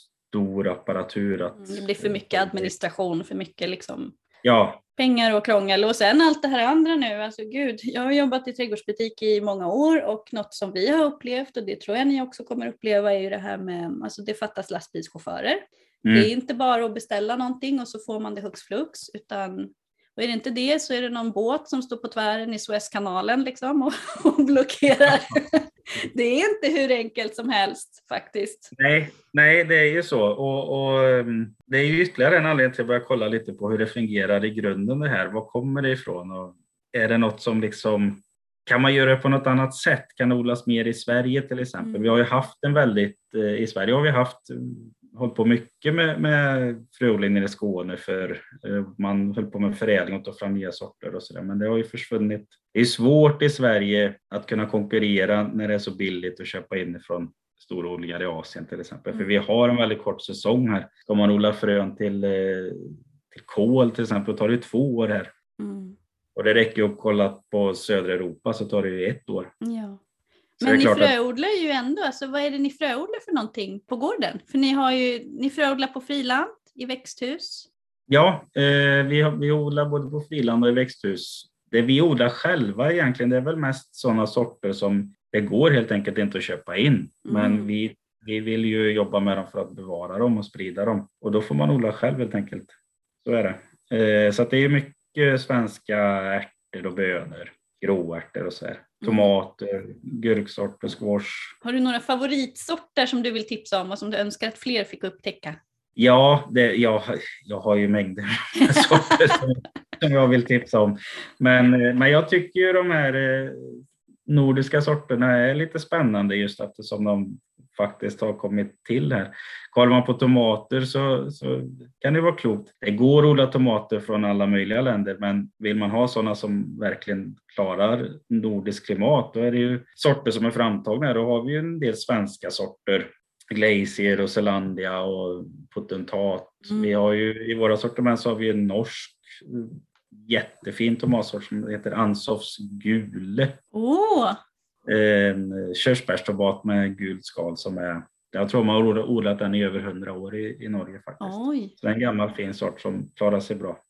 stor apparatur. Att, det blir för mycket administration, för mycket liksom ja. pengar och krångel. Och sen allt det här andra nu, alltså gud, jag har jobbat i trädgårdsbutik i många år och något som vi har upplevt och det tror jag ni också kommer uppleva är ju det här med, alltså det fattas lastbilschaufförer. Mm. Det är inte bara att beställa någonting och så får man det hux flux, utan och är det inte det så är det någon båt som står på tvären i Suezkanalen liksom och, och blockerar. Det är inte hur enkelt som helst faktiskt. Nej, nej det är ju så och, och det är ju ytterligare en anledning till att börja kolla lite på hur det fungerar i grunden det här. Var kommer det ifrån och är det något som liksom kan man göra det på något annat sätt? Kan det odlas mer i Sverige till exempel? Mm. Vi har ju haft en väldigt, i Sverige har vi haft hållit på mycket med, med fröodling i Skåne för man höll på med förädling och ta fram nya sorter och sådär. Men det har ju försvunnit. Det är svårt i Sverige att kunna konkurrera när det är så billigt att köpa in från stora odlingar i Asien till exempel. Mm. För vi har en väldigt kort säsong här. Ska man odla frön till, till kål till exempel tar det två år här. Mm. Och det räcker ju att kolla på södra Europa så tar det ju ett år. Ja. Men ni fröodlar ju ändå, alltså vad är det ni fröodlar för någonting på gården? För ni har ju, ni fröodlar på friland i växthus. Ja, eh, vi, har, vi odlar både på friland och i växthus. Det vi odlar själva egentligen, det är väl mest sådana sorter som det går helt enkelt inte att köpa in. Mm. Men vi, vi vill ju jobba med dem för att bevara dem och sprida dem. Och då får man odla själv helt enkelt. Så är det. Eh, så att det är mycket svenska ärtor och bönor. Gråärtor och så här. Tomater, mm. gurksorter, squash. Har du några favoritsorter som du vill tipsa om och som du önskar att fler fick upptäcka? Ja, det, jag, jag har ju mängder med sorter som, som jag vill tipsa om. Men, men jag tycker ju de här nordiska sorterna är lite spännande just eftersom de faktiskt har kommit till här. Kollar man på tomater så, så kan det vara klokt. Det går att odla tomater från alla möjliga länder, men vill man ha sådana som verkligen klarar nordisk klimat, då är det ju sorter som är framtagna. Då har vi ju en del svenska sorter. Glacier och Zelandia och Potentat. Mm. Vi har ju i våra sortiment så har vi en norsk jättefin tomatsort som heter Ansofs gule. Åh! Oh. En körsbärstomat med gult skal som är, jag tror man har odlat den i över hundra år i, i Norge faktiskt. Oj. Så det är en gammal fin sort som klarar sig bra.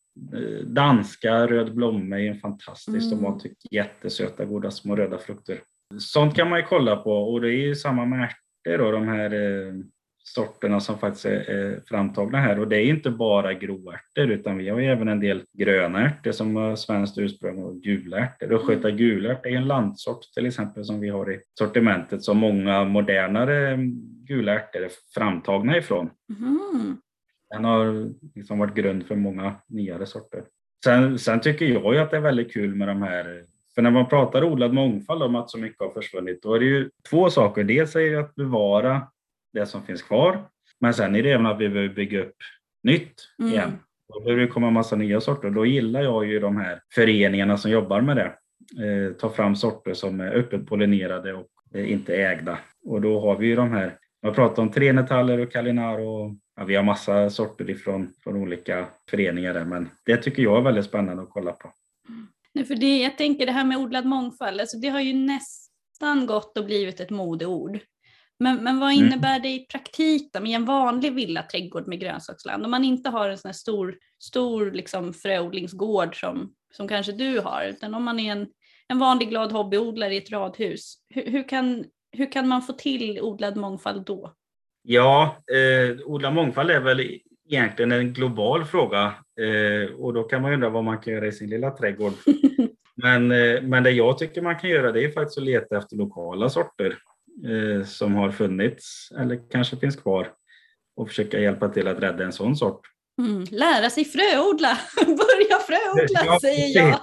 Danska röd blomme är en fantastisk mm. tomat, jättesöta, goda små röda frukter. Sånt kan man ju kolla på och det är ju samma med ärtor då, de här eh, sorterna som faktiskt är, är framtagna här. Och det är inte bara gråärtor utan vi har ju även en del grönärtor som har svenskt ursprung och gulärtor. Och sköta gulärtor är en landsort till exempel som vi har i sortimentet som många modernare gulärtor är framtagna ifrån. Mm. Den har liksom varit grund för många nyare sorter. Sen, sen tycker jag ju att det är väldigt kul med de här. För när man pratar odlad mångfald om att så mycket har försvunnit, då är det ju två saker. Dels är det att bevara det som finns kvar, men sen är det även att vi behöver bygga upp nytt mm. igen. Då behöver det komma en massa nya sorter. Då gillar jag ju de här föreningarna som jobbar med det. Eh, ta fram sorter som är öppet pollinerade och eh, inte ägda. Och då har vi ju de här, man pratar om Trenetaller och Calinaro och ja, vi har massa sorter ifrån från olika föreningar där, men det tycker jag är väldigt spännande att kolla på. Nej, för det, jag tänker det här med odlad mångfald, alltså det har ju nästan gått och blivit ett modeord. Men, men vad innebär mm. det i praktiken i en vanlig villaträdgård med grönsaksland? Om man inte har en sån här stor, stor liksom fröodlingsgård som, som kanske du har, utan om man är en, en vanlig glad hobbyodlare i ett radhus. Hur, hur, kan, hur kan man få till odlad mångfald då? Ja, eh, odlad mångfald är väl egentligen en global fråga. Eh, och då kan man undra vad man kan göra i sin lilla trädgård. men, eh, men det jag tycker man kan göra, det är faktiskt att leta efter lokala sorter. Eh, som har funnits eller kanske finns kvar och försöka hjälpa till att rädda en sån sort. Mm, lära sig fröodla, börja fröodla ja, säger jag.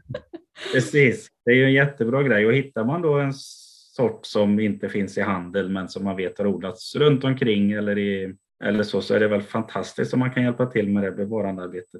Precis, det är ju en jättebra grej och hittar man då en sort som inte finns i handel men som man vet har odlats runt omkring eller, i, eller så, så är det väl fantastiskt om man kan hjälpa till med det bevarandearbetet.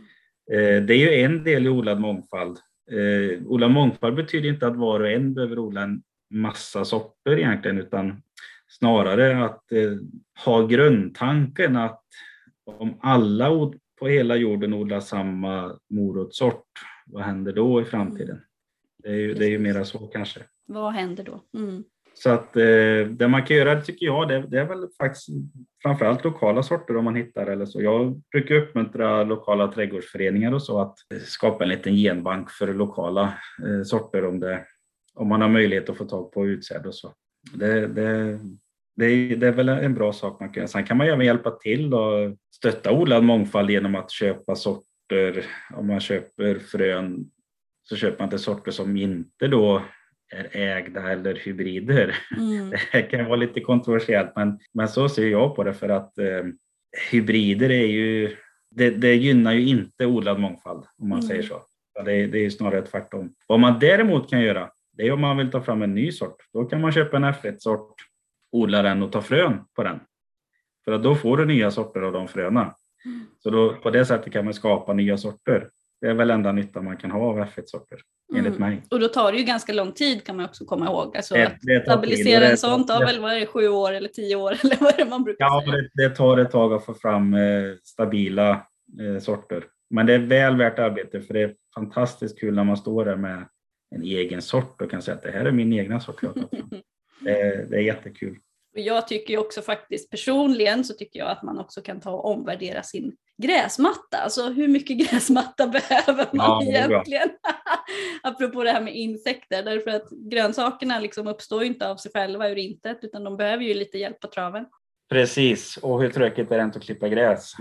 Eh, det är ju en del i odlad mångfald. Eh, odlad mångfald betyder inte att var och en behöver odla en massa sorter egentligen, utan snarare att eh, ha grundtanken att om alla od- på hela jorden odlar samma morotssort, vad händer då i framtiden? Det är ju, det är ju mera så kanske. Vad händer då? Mm. Så att eh, det man kan göra tycker jag, det, det är väl faktiskt framförallt lokala sorter om man hittar eller så. Jag brukar uppmuntra lokala trädgårdsföreningar och så att skapa en liten genbank för lokala eh, sorter om det om man har möjlighet att få tag på utsäd och så. Det, det, det, är, det är väl en bra sak man kan göra. Sen kan man även hjälpa till och stötta odlad mångfald genom att köpa sorter. Om man köper frön så köper man inte sorter som inte då är ägda eller hybrider. Mm. Det kan vara lite kontroversiellt, men, men så ser jag på det för att eh, hybrider är ju, det, det gynnar ju inte odlad mångfald om man mm. säger så. Det, det är ju snarare tvärtom. Vad man däremot kan göra, det är om man vill ta fram en ny sort. Då kan man köpa en F ett-sort, odla den och ta frön på den. För att då får du nya sorter av de fröna. Mm. Så då, på det sättet kan man skapa nya sorter. Det är väl enda nytta man kan ha av F ett-sorter, mm. enligt mig. Och då tar det ju ganska lång tid kan man också komma ihåg. Alltså det, det att stabilisera en sån tar väl vad är det, sju år eller tio år eller vad är det man brukar ja, säga? Ja, det, det tar ett tag att få fram eh, stabila eh, sorter. Men det är väl värt arbete för det är fantastiskt kul när man står där med en egen sort och kan säga att det här är min egna sort. det, det är jättekul. Jag tycker ju också faktiskt personligen så tycker jag att man också kan ta och omvärdera sin gräsmatta. Alltså hur mycket gräsmatta behöver man ja, egentligen? Apropå det här med insekter. Därför att grönsakerna liksom uppstår ju inte av sig själva ur intet utan de behöver ju lite hjälp på traven. Precis, och hur tråkigt är det inte att klippa gräs?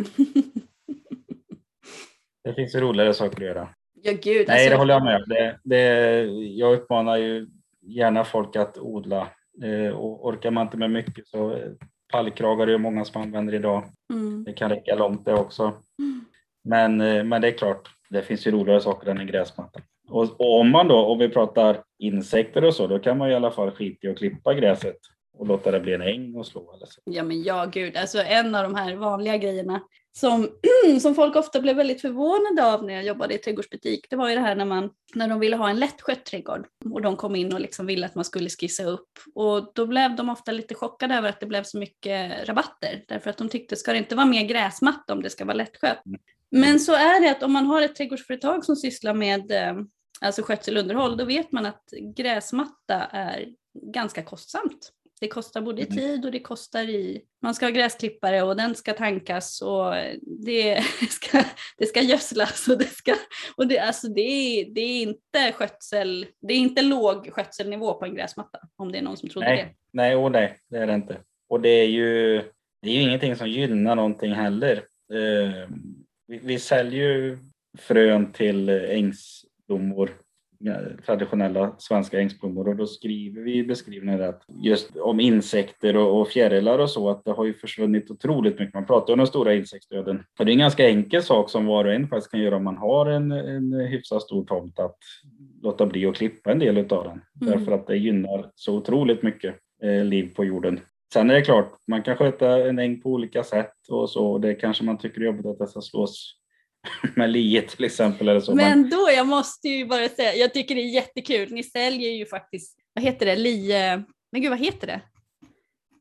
Det finns ju roligare saker att göra. Ja, gud, Nej, alltså... det håller jag med. Det, det, jag uppmanar ju gärna folk att odla. Eh, och orkar man inte med mycket så pallkragar är ju många som använder idag. Mm. Det kan räcka långt det också. Mm. Men, eh, men det är klart, det finns ju roligare saker än en gräsmatta. Och, och om man då, om vi pratar insekter och så, då kan man i alla fall skita i att klippa gräset. Och låta det bli en äng och slå. Eller så. Ja men ja gud, alltså en av de här vanliga grejerna som, som folk ofta blev väldigt förvånade av när jag jobbade i trädgårdsbutik. Det var ju det här när, man, när de ville ha en lättskött trädgård. Och de kom in och liksom ville att man skulle skissa upp. Och då blev de ofta lite chockade över att det blev så mycket rabatter. Därför att de tyckte, ska det inte vara mer gräsmatta om det ska vara lättskött? Mm. Men så är det att om man har ett trädgårdsföretag som sysslar med alltså skötsel och underhåll. Då vet man att gräsmatta är ganska kostsamt. Det kostar både i tid och det kostar i... Man ska ha gräsklippare och den ska tankas och det ska, det ska gödslas och det ska... Och det, alltså det, är, det är inte skötsel... Det är inte låg skötselnivå på en gräsmatta, om det är någon som trodde nej, det. Nej, och nej, det är det inte. Och det är ju, det är ju ingenting som gynnar någonting heller. Eh, vi, vi säljer ju frön till ängsblommor. Traditionella svenska ängsblommor och då skriver vi i beskrivningen att just om insekter och, och fjärilar och så att det har ju försvunnit otroligt mycket. Man pratar om den stora insektsdöden. Och det är en ganska enkel sak som var och en faktiskt kan göra om man har en, en hyfsat stor tomt att låta bli att klippa en del av den. Mm. Därför att det gynnar så otroligt mycket eh, liv på jorden. Sen är det klart, man kan sköta en äng på olika sätt och så. Och det kanske man tycker är jobbigt att det ska slås med lie till exempel eller så. Men då, jag måste ju bara säga, jag tycker det är jättekul. Ni säljer ju faktiskt, vad heter det, lie, men gud vad heter det?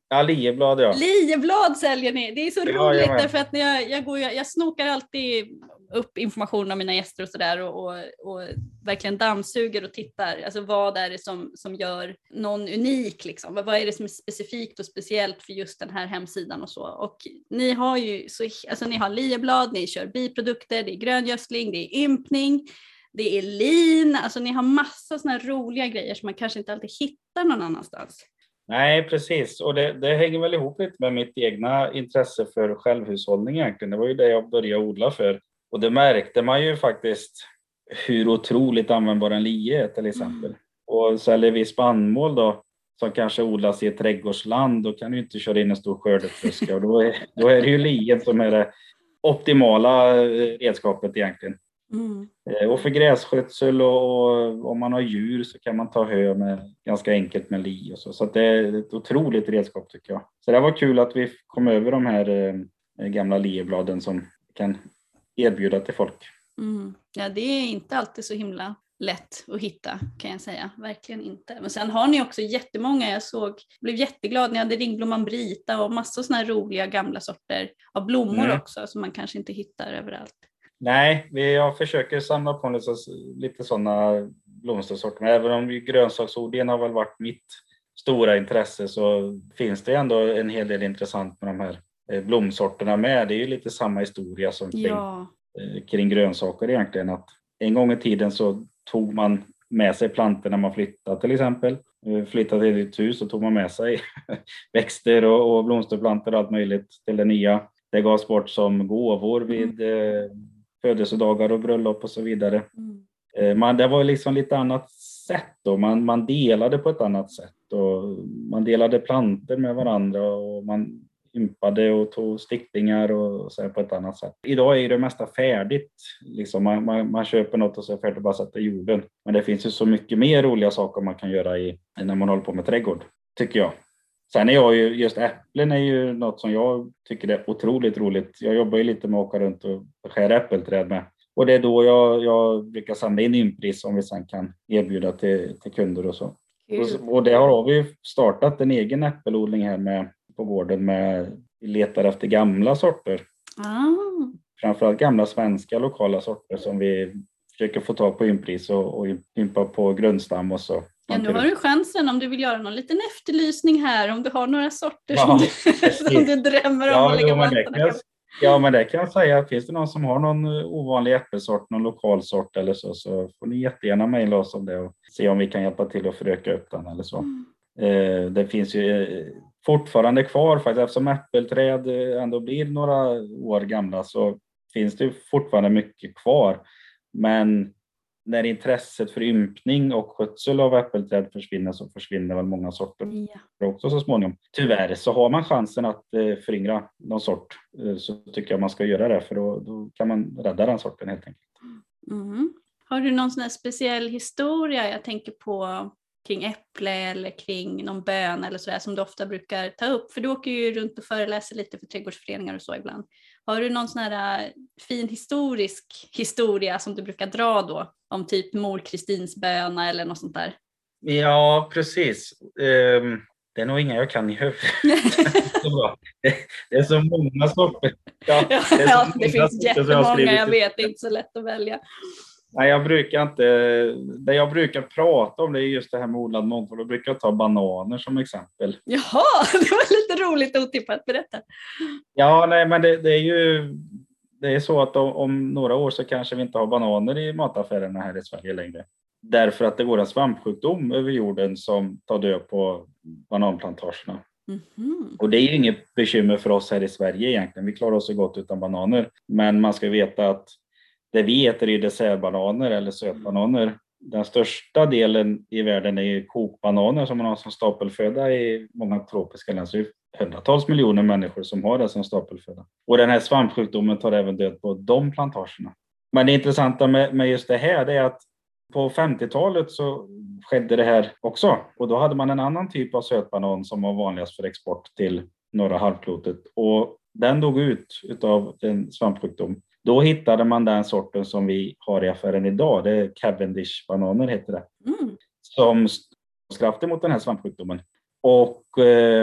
Ja, lieblad, ja. Lieblad säljer ni. Det är så Ja, roligt jajamän. därför att när jag, jag, går, jag, jag snokar alltid upp information om mina gäster och sådär och, och, och verkligen dammsuger och tittar. Alltså vad är det som, som gör någon unik liksom? Vad, vad är det som är specifikt och speciellt för just den här hemsidan och så? Och ni har ju så, alltså ni har lieblad, ni kör biprodukter, det är gröngödsling, det är ympning, det är lin. Alltså ni har massa såna här roliga grejer som man kanske inte alltid hittar någon annanstans. Nej, precis. Och det, det hänger väl ihop lite med mitt egna intresse för självhushållning egentligen. Det var ju det jag började odla för. Och det märkte man ju faktiskt hur otroligt användbar en lie är till exempel. Mm. Och säljer vi spannmål då, som kanske odlas i ett trädgårdsland, då kan du inte köra in en stor skördetröska. Och då är, då är det ju lien som är det optimala redskapet egentligen. Mm. Och för grässkötsel och, och om man har djur så kan man ta hö med ganska enkelt med li och så. Så att det är ett otroligt redskap tycker jag. Så det var kul att vi kom över de här eh, gamla liebladen som kan erbjuda till folk. Mm. Ja, det är inte alltid så himla lätt att hitta kan jag säga. Verkligen inte. Men sen har ni också jättemånga. Jag såg, blev jätteglad när jag hade ringblomman Brita och massor såna här roliga gamla sorter av blommor mm. också som man kanske inte hittar överallt. Nej, vi, jag försöker samla på lite, lite sådana blomstersorter. Men även om grönsaksodlingen har väl varit mitt stora intresse så finns det ändå en hel del intressant med de här blomsorterna med. Det är ju lite samma historia som kring, ja. kring grönsaker egentligen. Att en gång i tiden så tog man med sig plantor när man flyttade till exempel. Flyttade till ett hus och tog man med sig växter och, och blomsterplantor och allt möjligt till det nya. Det gavs bort som gåvor vid mm. födelsedagar och bröllop och så vidare. Mm. Man, det var liksom lite annat sätt då. Man, man delade på ett annat sätt. Och man delade planter med varandra och man ympade och tog stickningar och så här på ett annat sätt. Idag är det mesta färdigt. Liksom man, man, man köper något och så är det färdigt och bara sätter i jorden. Men det finns ju så mycket mer roliga saker man kan göra i, när man håller på med trädgård, tycker jag. Sen är jag ju, just äpplen är ju något som jag tycker är otroligt roligt. Jag jobbar ju lite med att åka runt och skära äppelträd med. Och det är då jag, jag brukar samla in ympris som vi sen kan erbjuda till, till kunder och så. Och, och det har vi startat en egen äppelodling här med, på gården med, vi letar efter gamla sorter. Ah. Framförallt gamla svenska lokala sorter som vi försöker få tag på ympris och, och ympa på grundstam och så. Ja, nu har du chansen om du vill göra någon liten efterlysning här, om du har några sorter ja, som, du, som du drömmer om ja, att lägga vantarna. Ja, men det kan jag säga. Finns det någon som har någon ovanlig äppelsort, någon lokal sort eller så, så får ni jättegärna mejla oss om det och se om vi kan hjälpa till att föröka upp den eller så. Mm. Eh, det finns ju eh, fortfarande kvar, faktiskt, eftersom äppelträd ändå blir några år gamla så finns det fortfarande mycket kvar. Men när intresset för ympning och skötsel av äppelträd försvinner så försvinner väl många sorter ja. också så småningom. Tyvärr så har man chansen att eh, föryngra någon sort eh, så tycker jag man ska göra det för då, då kan man rädda den sorten helt enkelt. Mm. Har du någon sån här speciell historia jag tänker på kring äpple eller kring någon bön eller sådär som du ofta brukar ta upp? För du åker ju runt och föreläser lite för trädgårdsföreningar och så ibland. Har du någon sån här fin historisk historia som du brukar dra då? Om typ mor Kristins böna eller något sånt där? Ja, precis. Um, det är nog inga jag kan i huvudet. Det är så många sorter. Ja, det, ja, ja, det finns jättemånga, jag, jag vet. Det är inte så lätt att välja. Nej, jag brukar inte. Det jag brukar prata om det är just det här med odlad mångfald. Då brukar jag ta bananer som exempel. Jaha, det var lite roligt otippat. Berätta. Ja, nej, men det, det är ju det är så att om, om några år så kanske vi inte har bananer i mataffärerna här i Sverige längre. Därför att det går en svampsjukdom över jorden som tar död på bananplantagerna. Mm-hmm. Och det är ju inget bekymmer för oss här i Sverige egentligen. Vi klarar oss så gott utan bananer. Men man ska veta att det vi äter är dessertbananer eller sötbananer. Den största delen i världen är ju kokbananer som man har som stapelföda i många tropiska länder. Så det är hundratals miljoner människor som har det som stapelföda. Och den här svampsjukdomen tar även död på de plantagerna. Men det intressanta med, med just det här är att på femtiotalet så skedde det här också. Och då hade man en annan typ av sötbanan som var vanligast för export till norra halvklotet. Och den dog ut utav en svampsjukdom. Då hittade man den sorten som vi har i affären idag. Det är Cavendish-bananer heter det. Mm. Som skräfte mot den här svampsjukdomen. Och eh,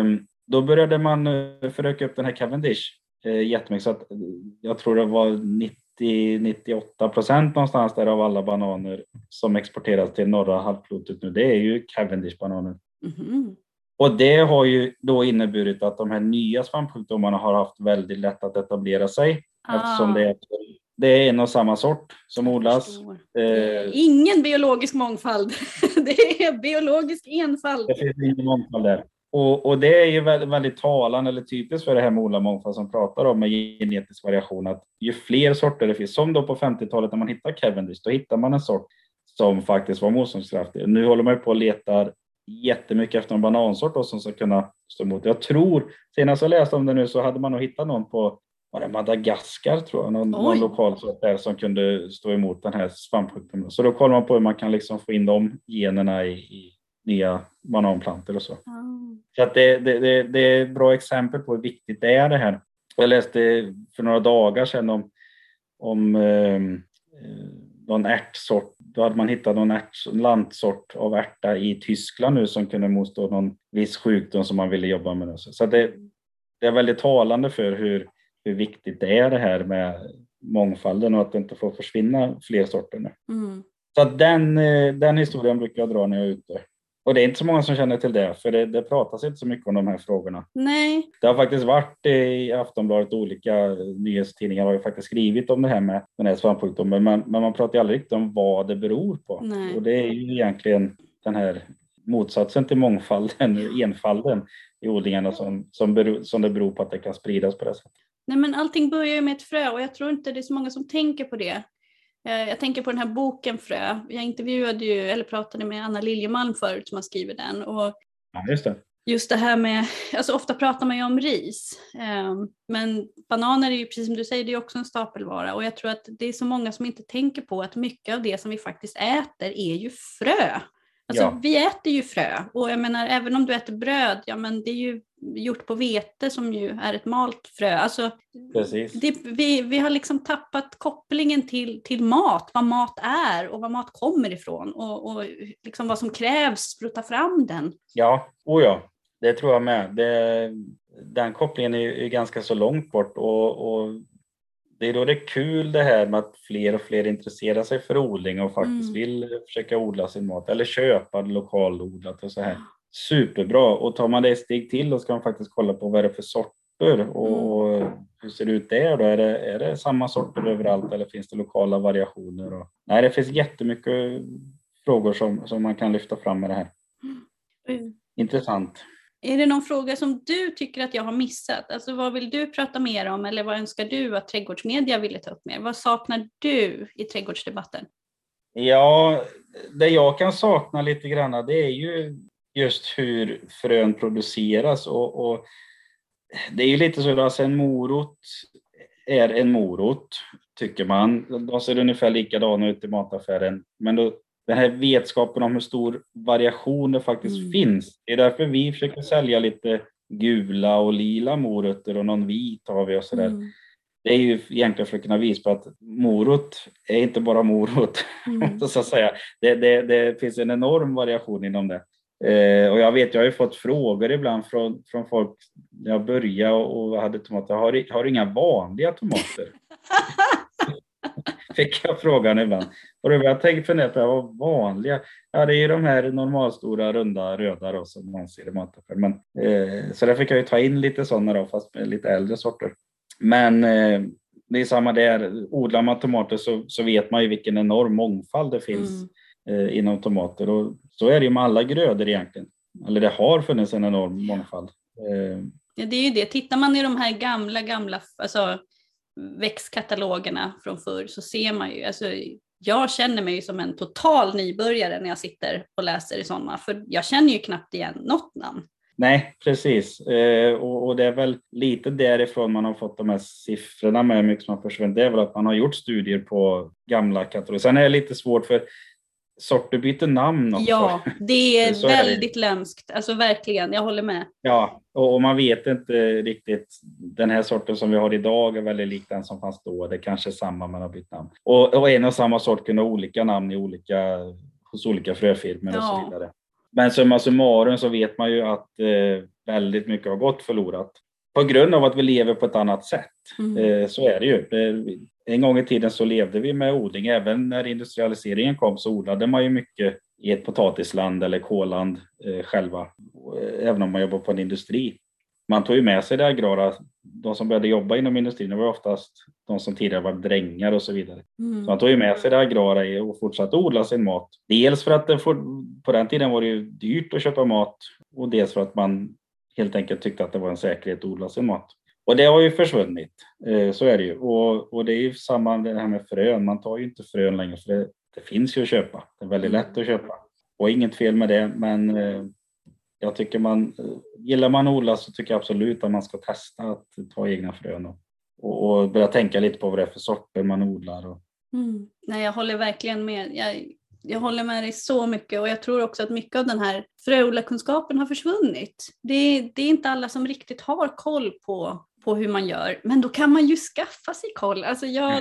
då började man föröka upp den här Cavendish eh, jättemycket. Så att jag tror det var nittio till nittioåtta procent någonstans där av alla bananer som exporteras till norra halvklotet nu. Det är ju Cavendish-bananer. Mm-hmm. Och det har ju då inneburit att de här nya svampsjukdomarna har haft väldigt lätt att etablera sig. Ah. Eftersom det är, det är en och samma sort som odlas. Eh, ingen biologisk mångfald. Det är biologisk enfald. Det finns ingen mångfald där. Och, och det är ju väldigt, väldigt talande eller typiskt för det här med odlad mångfald som pratar om med genetisk variation. Att ju fler sorter det finns, som då på femtiotalet när man hittar Cavendish, då hittar man en sort som faktiskt var motståndskraftig. Nu håller man på att leta jättemycket efter en banansort då, som ska kunna stå emot. Jag tror, senast jag läste om det nu så hade man nog hittat någon på var det Madagaskar tror jag, någon, någon lokal sort där som kunde stå emot den här svampsjukdomen. Så då kollar man på hur man kan liksom få in de generna i, i nya bananplantor och så. Mm. Så att det, det, det, det är ett bra exempel på hur viktigt det är det här. Jag läste för några dagar sedan om, om eh, någon ärtsort. Då hade man hittat någon ärt, lantsort av ärta i Tyskland nu som kunde motstå någon viss sjukdom som man ville jobba med. Så det, det är väldigt talande för hur, hur viktigt det är det här med mångfalden och att det inte får försvinna fler sorter nu. Mm. Så att den, den historien brukar jag dra när jag är ute. Och det är inte så många som känner till det, för det, det pratas inte så mycket om de här frågorna. Nej. Det har faktiskt varit i Aftonbladet, olika nyhetstidningar har ju faktiskt skrivit om det här med den här svampsjukdomen, men, men man pratar ju aldrig riktigt om vad det beror på. Nej. Och det är ju egentligen den här motsatsen till mångfalden, enfalden i odlingarna som, som, beror, som det beror på att det kan spridas på det sättet. Nej, men allting börjar ju med ett frö och jag tror inte det är så många som tänker på det. Jag tänker på den här boken Frö. Jag intervjuade ju, eller pratade med Anna Liljemalm förut som har skrivit den. Och ja, just det. Just det här med, alltså ofta pratar man ju om ris. Men bananer är ju precis som du säger, det är också en stapelvara. Och jag tror att det är så många som inte tänker på att mycket av det som vi faktiskt äter är ju frö. Alltså ja. Vi äter ju frö. Och jag menar, även om du äter bröd, ja men det är ju gjort på vete som ju är ett malt frö. Alltså, det, vi, vi har liksom tappat kopplingen till, till mat, vad mat är och vad mat kommer ifrån och, och liksom vad som krävs för att ta fram den. Ja, oh ja, det tror jag med. Det, den kopplingen är, är ganska så långt bort och, och det är då det är kul det här med att fler och fler intresserar sig för odling och faktiskt mm. vill försöka odla sin mat eller köpa lokalodlat och så här. Superbra, och tar man det ett steg till då ska man faktiskt kolla på vad det är för sorter och mm. hur ser det ut där då? Är det, är det samma sorter överallt eller finns det lokala variationer? Och, nej, det finns jättemycket frågor som, som man kan lyfta fram med det här. Mm. Intressant. Är det någon fråga som du tycker att jag har missat? Alltså vad vill du prata mer om eller vad önskar du att trädgårdsmedia ville ta upp mer? Vad saknar du i trädgårdsdebatten? Ja, det jag kan sakna lite grann det är ju just hur frön produceras och, och det är ju lite så att alltså en morot är en morot tycker man. De ser ungefär likadana ut i mataffären, men då, den här vetskapen om hur stor variation det faktiskt mm. finns. Det är därför vi försöker sälja lite gula och lila morötter och någon vit har vi och sådär. Mm. Det är ju egentligen för att kunna visa på att morot är inte bara morot. Mm. så att säga. Det, det, det finns en enorm variation inom det. Eh, och jag vet, jag har ju fått frågor ibland från, från folk när jag började och hade tomater. Har, har du inga vanliga tomater? Fick jag frågan ibland. Och då jag tänkte fundera på vad vanliga. Ja, det är ju de här normalstora, runda, röda då, som man ser i mataffären. Men eh, så där fick jag ju ta in lite sådana då, fast med lite äldre sorter. Men eh, det är samma där. Odlar man tomater så, så vet man ju vilken enorm mångfald det finns mm. eh, inom tomater. Och så är det ju med alla grödor egentligen. Eller det har funnits en enorm mångfald. Eh. Ja, det är ju det. Tittar man i de här gamla, gamla alltså, växtkatalogerna från förr så ser man ju, alltså, jag känner mig ju som en total nybörjare när jag sitter och läser i sådana. För jag känner ju knappt igen något namn. Nej, precis. Eh, och, och det är väl lite därifrån man har fått de här siffrorna med hur mycket som har försvunnit. Det är väl att man har gjort studier på gamla kataloger. Sen är det lite svårt för sorter byter namn också. Ja, det är så väldigt är det. Lömskt. Alltså verkligen, jag håller med. Ja, och, och man vet inte riktigt. Den här sorten som vi har idag är väldigt lik den som fanns då. Det är kanske är samma, man har bytt namn. Och, och en och samma sort kunde ha olika namn i olika, hos olika fröfirmor ja. Och så vidare. Men summa summarum så vet man ju att eh, väldigt mycket har gått förlorat. På grund av att vi lever på ett annat sätt. Mm. Eh, så är det ju. Eh, en gång i tiden så levde vi med odling. Även när industrialiseringen kom så odlade man ju mycket i ett potatisland eller kolland eh, själva. Även om man jobbar på en industri. Man tog ju med sig det agrara. De som började jobba inom industrin var oftast de som tidigare var drängar och så vidare. Mm. Så man tog ju med sig det agrara och fortsatte odla sin mat. Dels för att det for, på den tiden var det ju dyrt att köpa mat. Och dels för att man helt enkelt tyckte att det var en säkerhet att odla sin mat. Och det har ju försvunnit. Eh, så är det ju. Och, och det är ju samma det här med frön. Man tar ju inte frön längre för det, det finns ju att köpa. Det är väldigt lätt att köpa. Och inget fel med det. Men eh, jag tycker man, gillar man odla så tycker jag absolut att man ska testa att ta egna frön. Och, och börja tänka lite på vad det är för sorter man odlar. Och... Mm. Nej, jag håller verkligen med. Jag... Jag håller med dig så mycket och jag tror också att mycket av den här fröodlarkunskapen har försvunnit. Det, det är inte alla som riktigt har koll på, på hur man gör, men då kan man ju skaffa sig koll. Alltså jag,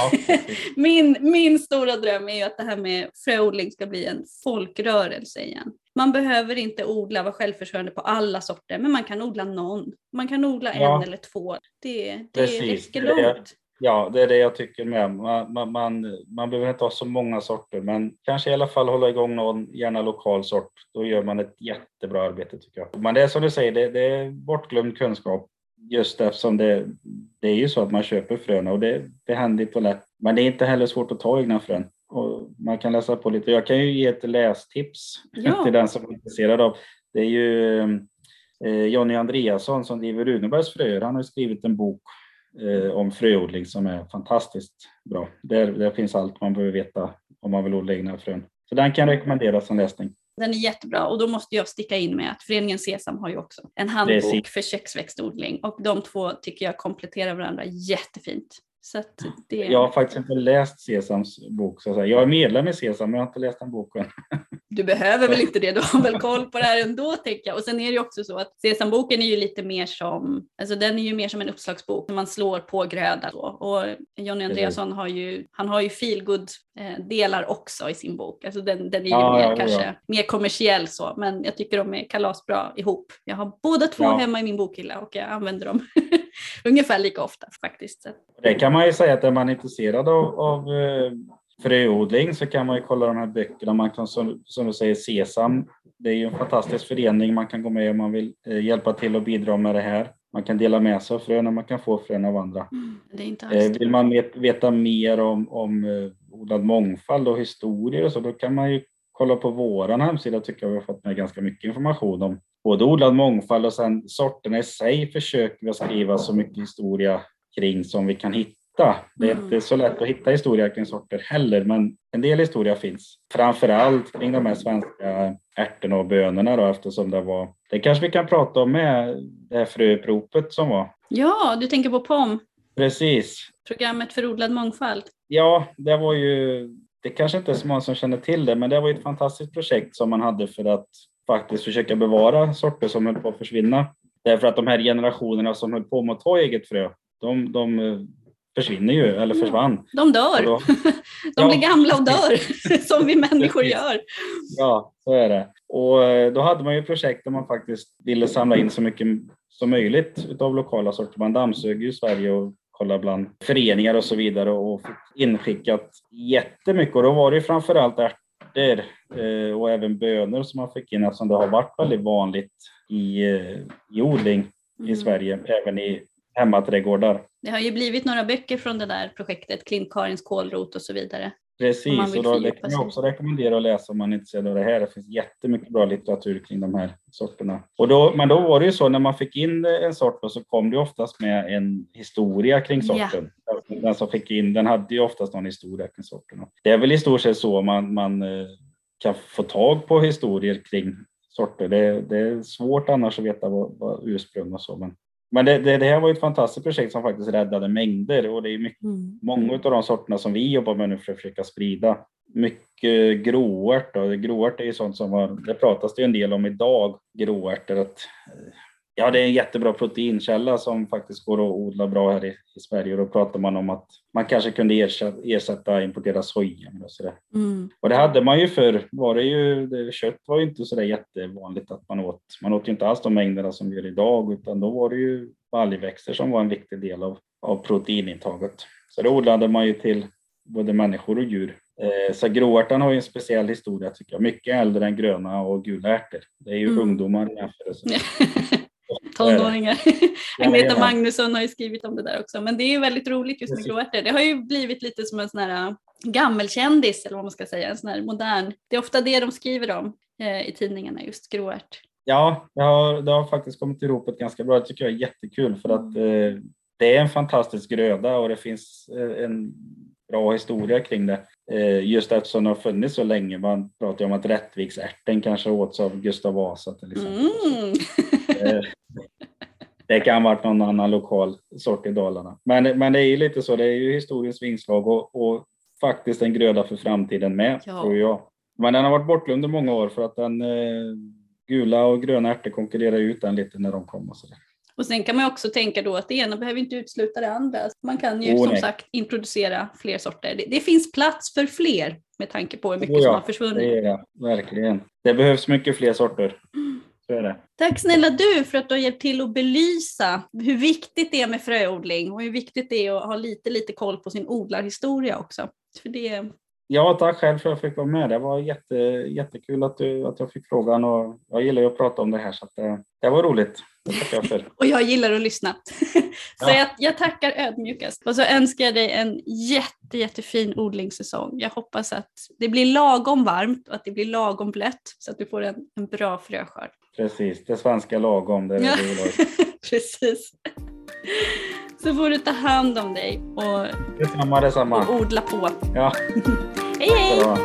min, min stora dröm är ju att det här med fröodling ska bli en folkrörelse igen. Man behöver inte odla, vara självförsörjande på alla sorter, men man kan odla någon. Man kan odla en ja. eller två. Det, det räcker långt. Ja, det är det jag tycker med. Man, man, man, man behöver inte ha så många sorter, men kanske i alla fall hålla igång någon, gärna lokal sort. Då gör man ett jättebra arbete tycker jag. Men det är som du säger, det, det är bortglömd kunskap. Just eftersom det, det är ju så att man köper fröna och det, det händer inte lätt. Men det är inte heller svårt att ta egna frön. Och man kan läsa på lite. Jag kan ju ge ett lästips ja. till den som är intresserad av. Det är ju eh, Jonny Andreasson som driver Runebergs fröer. Han har skrivit en bok Eh, om fröodling som är fantastiskt bra. Där, där finns allt man behöver veta om man vill odla egna frön. Så den kan jag rekommendera som läsning. Den är jättebra och då måste jag sticka in med att Föreningen Sesam har ju också en handbok Precis. för köksväxtodling och de två tycker jag kompletterar varandra jättefint. Så att det... Jag har faktiskt inte läst Sesams bok. Så att säga. Jag är medlem i Sesam men jag har inte läst den boken. Du behöver väl inte det, du har väl koll på det här ändå tänker jag. Och sen är det ju också så att Sesamboken är ju lite mer som, alltså den är ju mer som en uppslagsbok när man slår på gröda. Då. Och Jonny Andreasson har ju, han har ju feelgood eh, delar också i sin bok. Alltså den, den är ju ja, mer ja, kanske ja. mer kommersiell så, men jag tycker de är kalasbra ihop. Jag har båda två ja. hemma i min bokhylla och jag använder dem ungefär lika ofta faktiskt. Så. Det kan man ju säga att är man intresserad av, av eh... fröodling så kan man ju kolla de här böckerna. Man kan som, som du säger Sesam. Det är ju en fantastisk förening. Man kan gå med om man vill eh, hjälpa till och bidra med det här. Man kan dela med sig av frön och man kan få frön av andra. Mm, det är inte eh, vill man vet, veta mer om, om eh, odlad mångfald och historier och så, då kan man ju kolla på våran hemsida. Tycker jag vi har fått med ganska mycket information om både odlad mångfald och sen sorterna i sig försöker vi skriva så mycket historia kring som vi kan hitta. Det är mm. inte så lätt att hitta historia kring sorter heller, men en del historia finns. Framförallt kring de här svenska ärtorna och bönorna då, eftersom det var... Det kanske vi kan prata om med det här fröuppropet som var. Ja, du tänker på P O M. Precis. Programmet för odlad mångfald. Ja, det var ju... Det kanske inte är så många som känner till det, men det var ju ett fantastiskt projekt som man hade för att faktiskt försöka bevara sorter som höll på att försvinna. Därför att de här generationerna som höll på med att ta eget frö, de... de försvinner ju, eller försvann. De dör. Då, de ja, blir gamla och dör, som vi människor gör. Ja, så är det. Och då hade man ju ett projekt där man faktiskt ville samla in så mycket som möjligt av lokala sorter. Man dammsög ju Sverige och kollade bland föreningar och så vidare och fick inskickat jättemycket. Och då var det ju framförallt ärtor och även bönor som man fick in, eftersom det har varit väldigt vanligt i, i odling mm. i Sverige, även i hemmaträdgårdar. Det har ju blivit några böcker från det där projektet, Klint-Karins kålrot och så vidare. Precis, och då det kan jag också rekommendera att läsa om man inte ser det här. Det finns jättemycket bra litteratur kring de här sorterna. Och då, men då var det ju så, när man fick in en sort så kom det oftast med en historia kring sorten. Ja. Den som fick in, den hade ju oftast någon historia kring sorterna. Det är väl i stort sett så man, man kan få tag på historier kring sorter. Det, det är svårt annars att veta vad, vad ursprung och så, men Men det, det, det här var ett fantastiskt projekt som faktiskt räddade mängder och det är mycket, mm. många av de sorterna som vi jobbar med nu för att försöka sprida. Mycket gråärt då. Gråärt är ju sånt som var, det pratas det en del om idag, gråärtor, att Ja, det är en jättebra proteinkälla som faktiskt går att odla bra här i, i Sverige. Och då pratar man om att man kanske kunde ersätta, ersätta importerad soja och sådär. Mm. Och det hade man ju förr. Var det ju, det, kött var ju inte så där jättevanligt att man åt. Man åt ju inte alls de mängderna som vi gör idag, utan då var det ju baljväxter som var en viktig del av, av proteinintaget. Så det odlade man ju till både människor och djur. Eh, så gråärtan har ju en speciell historia tycker jag. Mycket äldre än gröna och gula ärtor. Det är ju mm. ungdomar i jämförelse. Tonåringar. Agneta Magnusson har ju skrivit om det där också. Men det är ju väldigt roligt just med gråärtor. Det har ju blivit lite som en sån här gammelkändis eller vad man ska säga. En sån här modern. Det är ofta det de skriver om eh, i tidningarna, just gråärt. Ja, det har, det har faktiskt kommit i ropet ganska bra. Det tycker jag är jättekul för att eh, det är en fantastisk gröda och det finns eh, en bra historia kring det. Eh, just eftersom det har funnits så länge. Man pratar ju om att Rättviksärten kanske åts av Gustav Vasa till exempel. Mm. eh, det kan ha varit någon annan lokal sort i Dalarna. Men, men det är ju lite så, det är ju historiens vingslag och, och faktiskt en gröda för framtiden med, ja. Tror jag. Men den har varit bortglömd i många år för att den eh, gula och gröna ärtor konkurrerar ut den lite när de kommer. Så där. Och sen kan man också tänka då att det ena behöver inte utesluta det andra. Man kan ju oh, som nej. sagt introducera fler sorter. Det, det finns plats för fler med tanke på hur mycket oh, ja. som har försvunnit. Det är det, verkligen. Det behövs mycket fler sorter. Så är det. Tack snälla du för att du har hjälpt till att belysa hur viktigt det är med fröodling och hur viktigt det är att ha lite, lite koll på sin odlarhistoria också. För det... Ja, tack själv för att jag fick vara med. Det var jätte, jättekul att, du, att jag fick frågan och jag gillar ju att prata om det här så att det, det var roligt. Det tackar jag för. Och jag gillar att lyssna. Så ja. jag, jag tackar ödmjukast. Och så önskar jag dig en jätte, jättefin odlingssäsong. Jag hoppas att det blir lagom varmt och att det blir lagom blött så att du får en, en bra fröskörd. Precis, det svenska lagom. Det är ja. det vi Precis. Så får du ta hand om dig och, detsamma, detsamma. och odla på. Ja. Hej hej!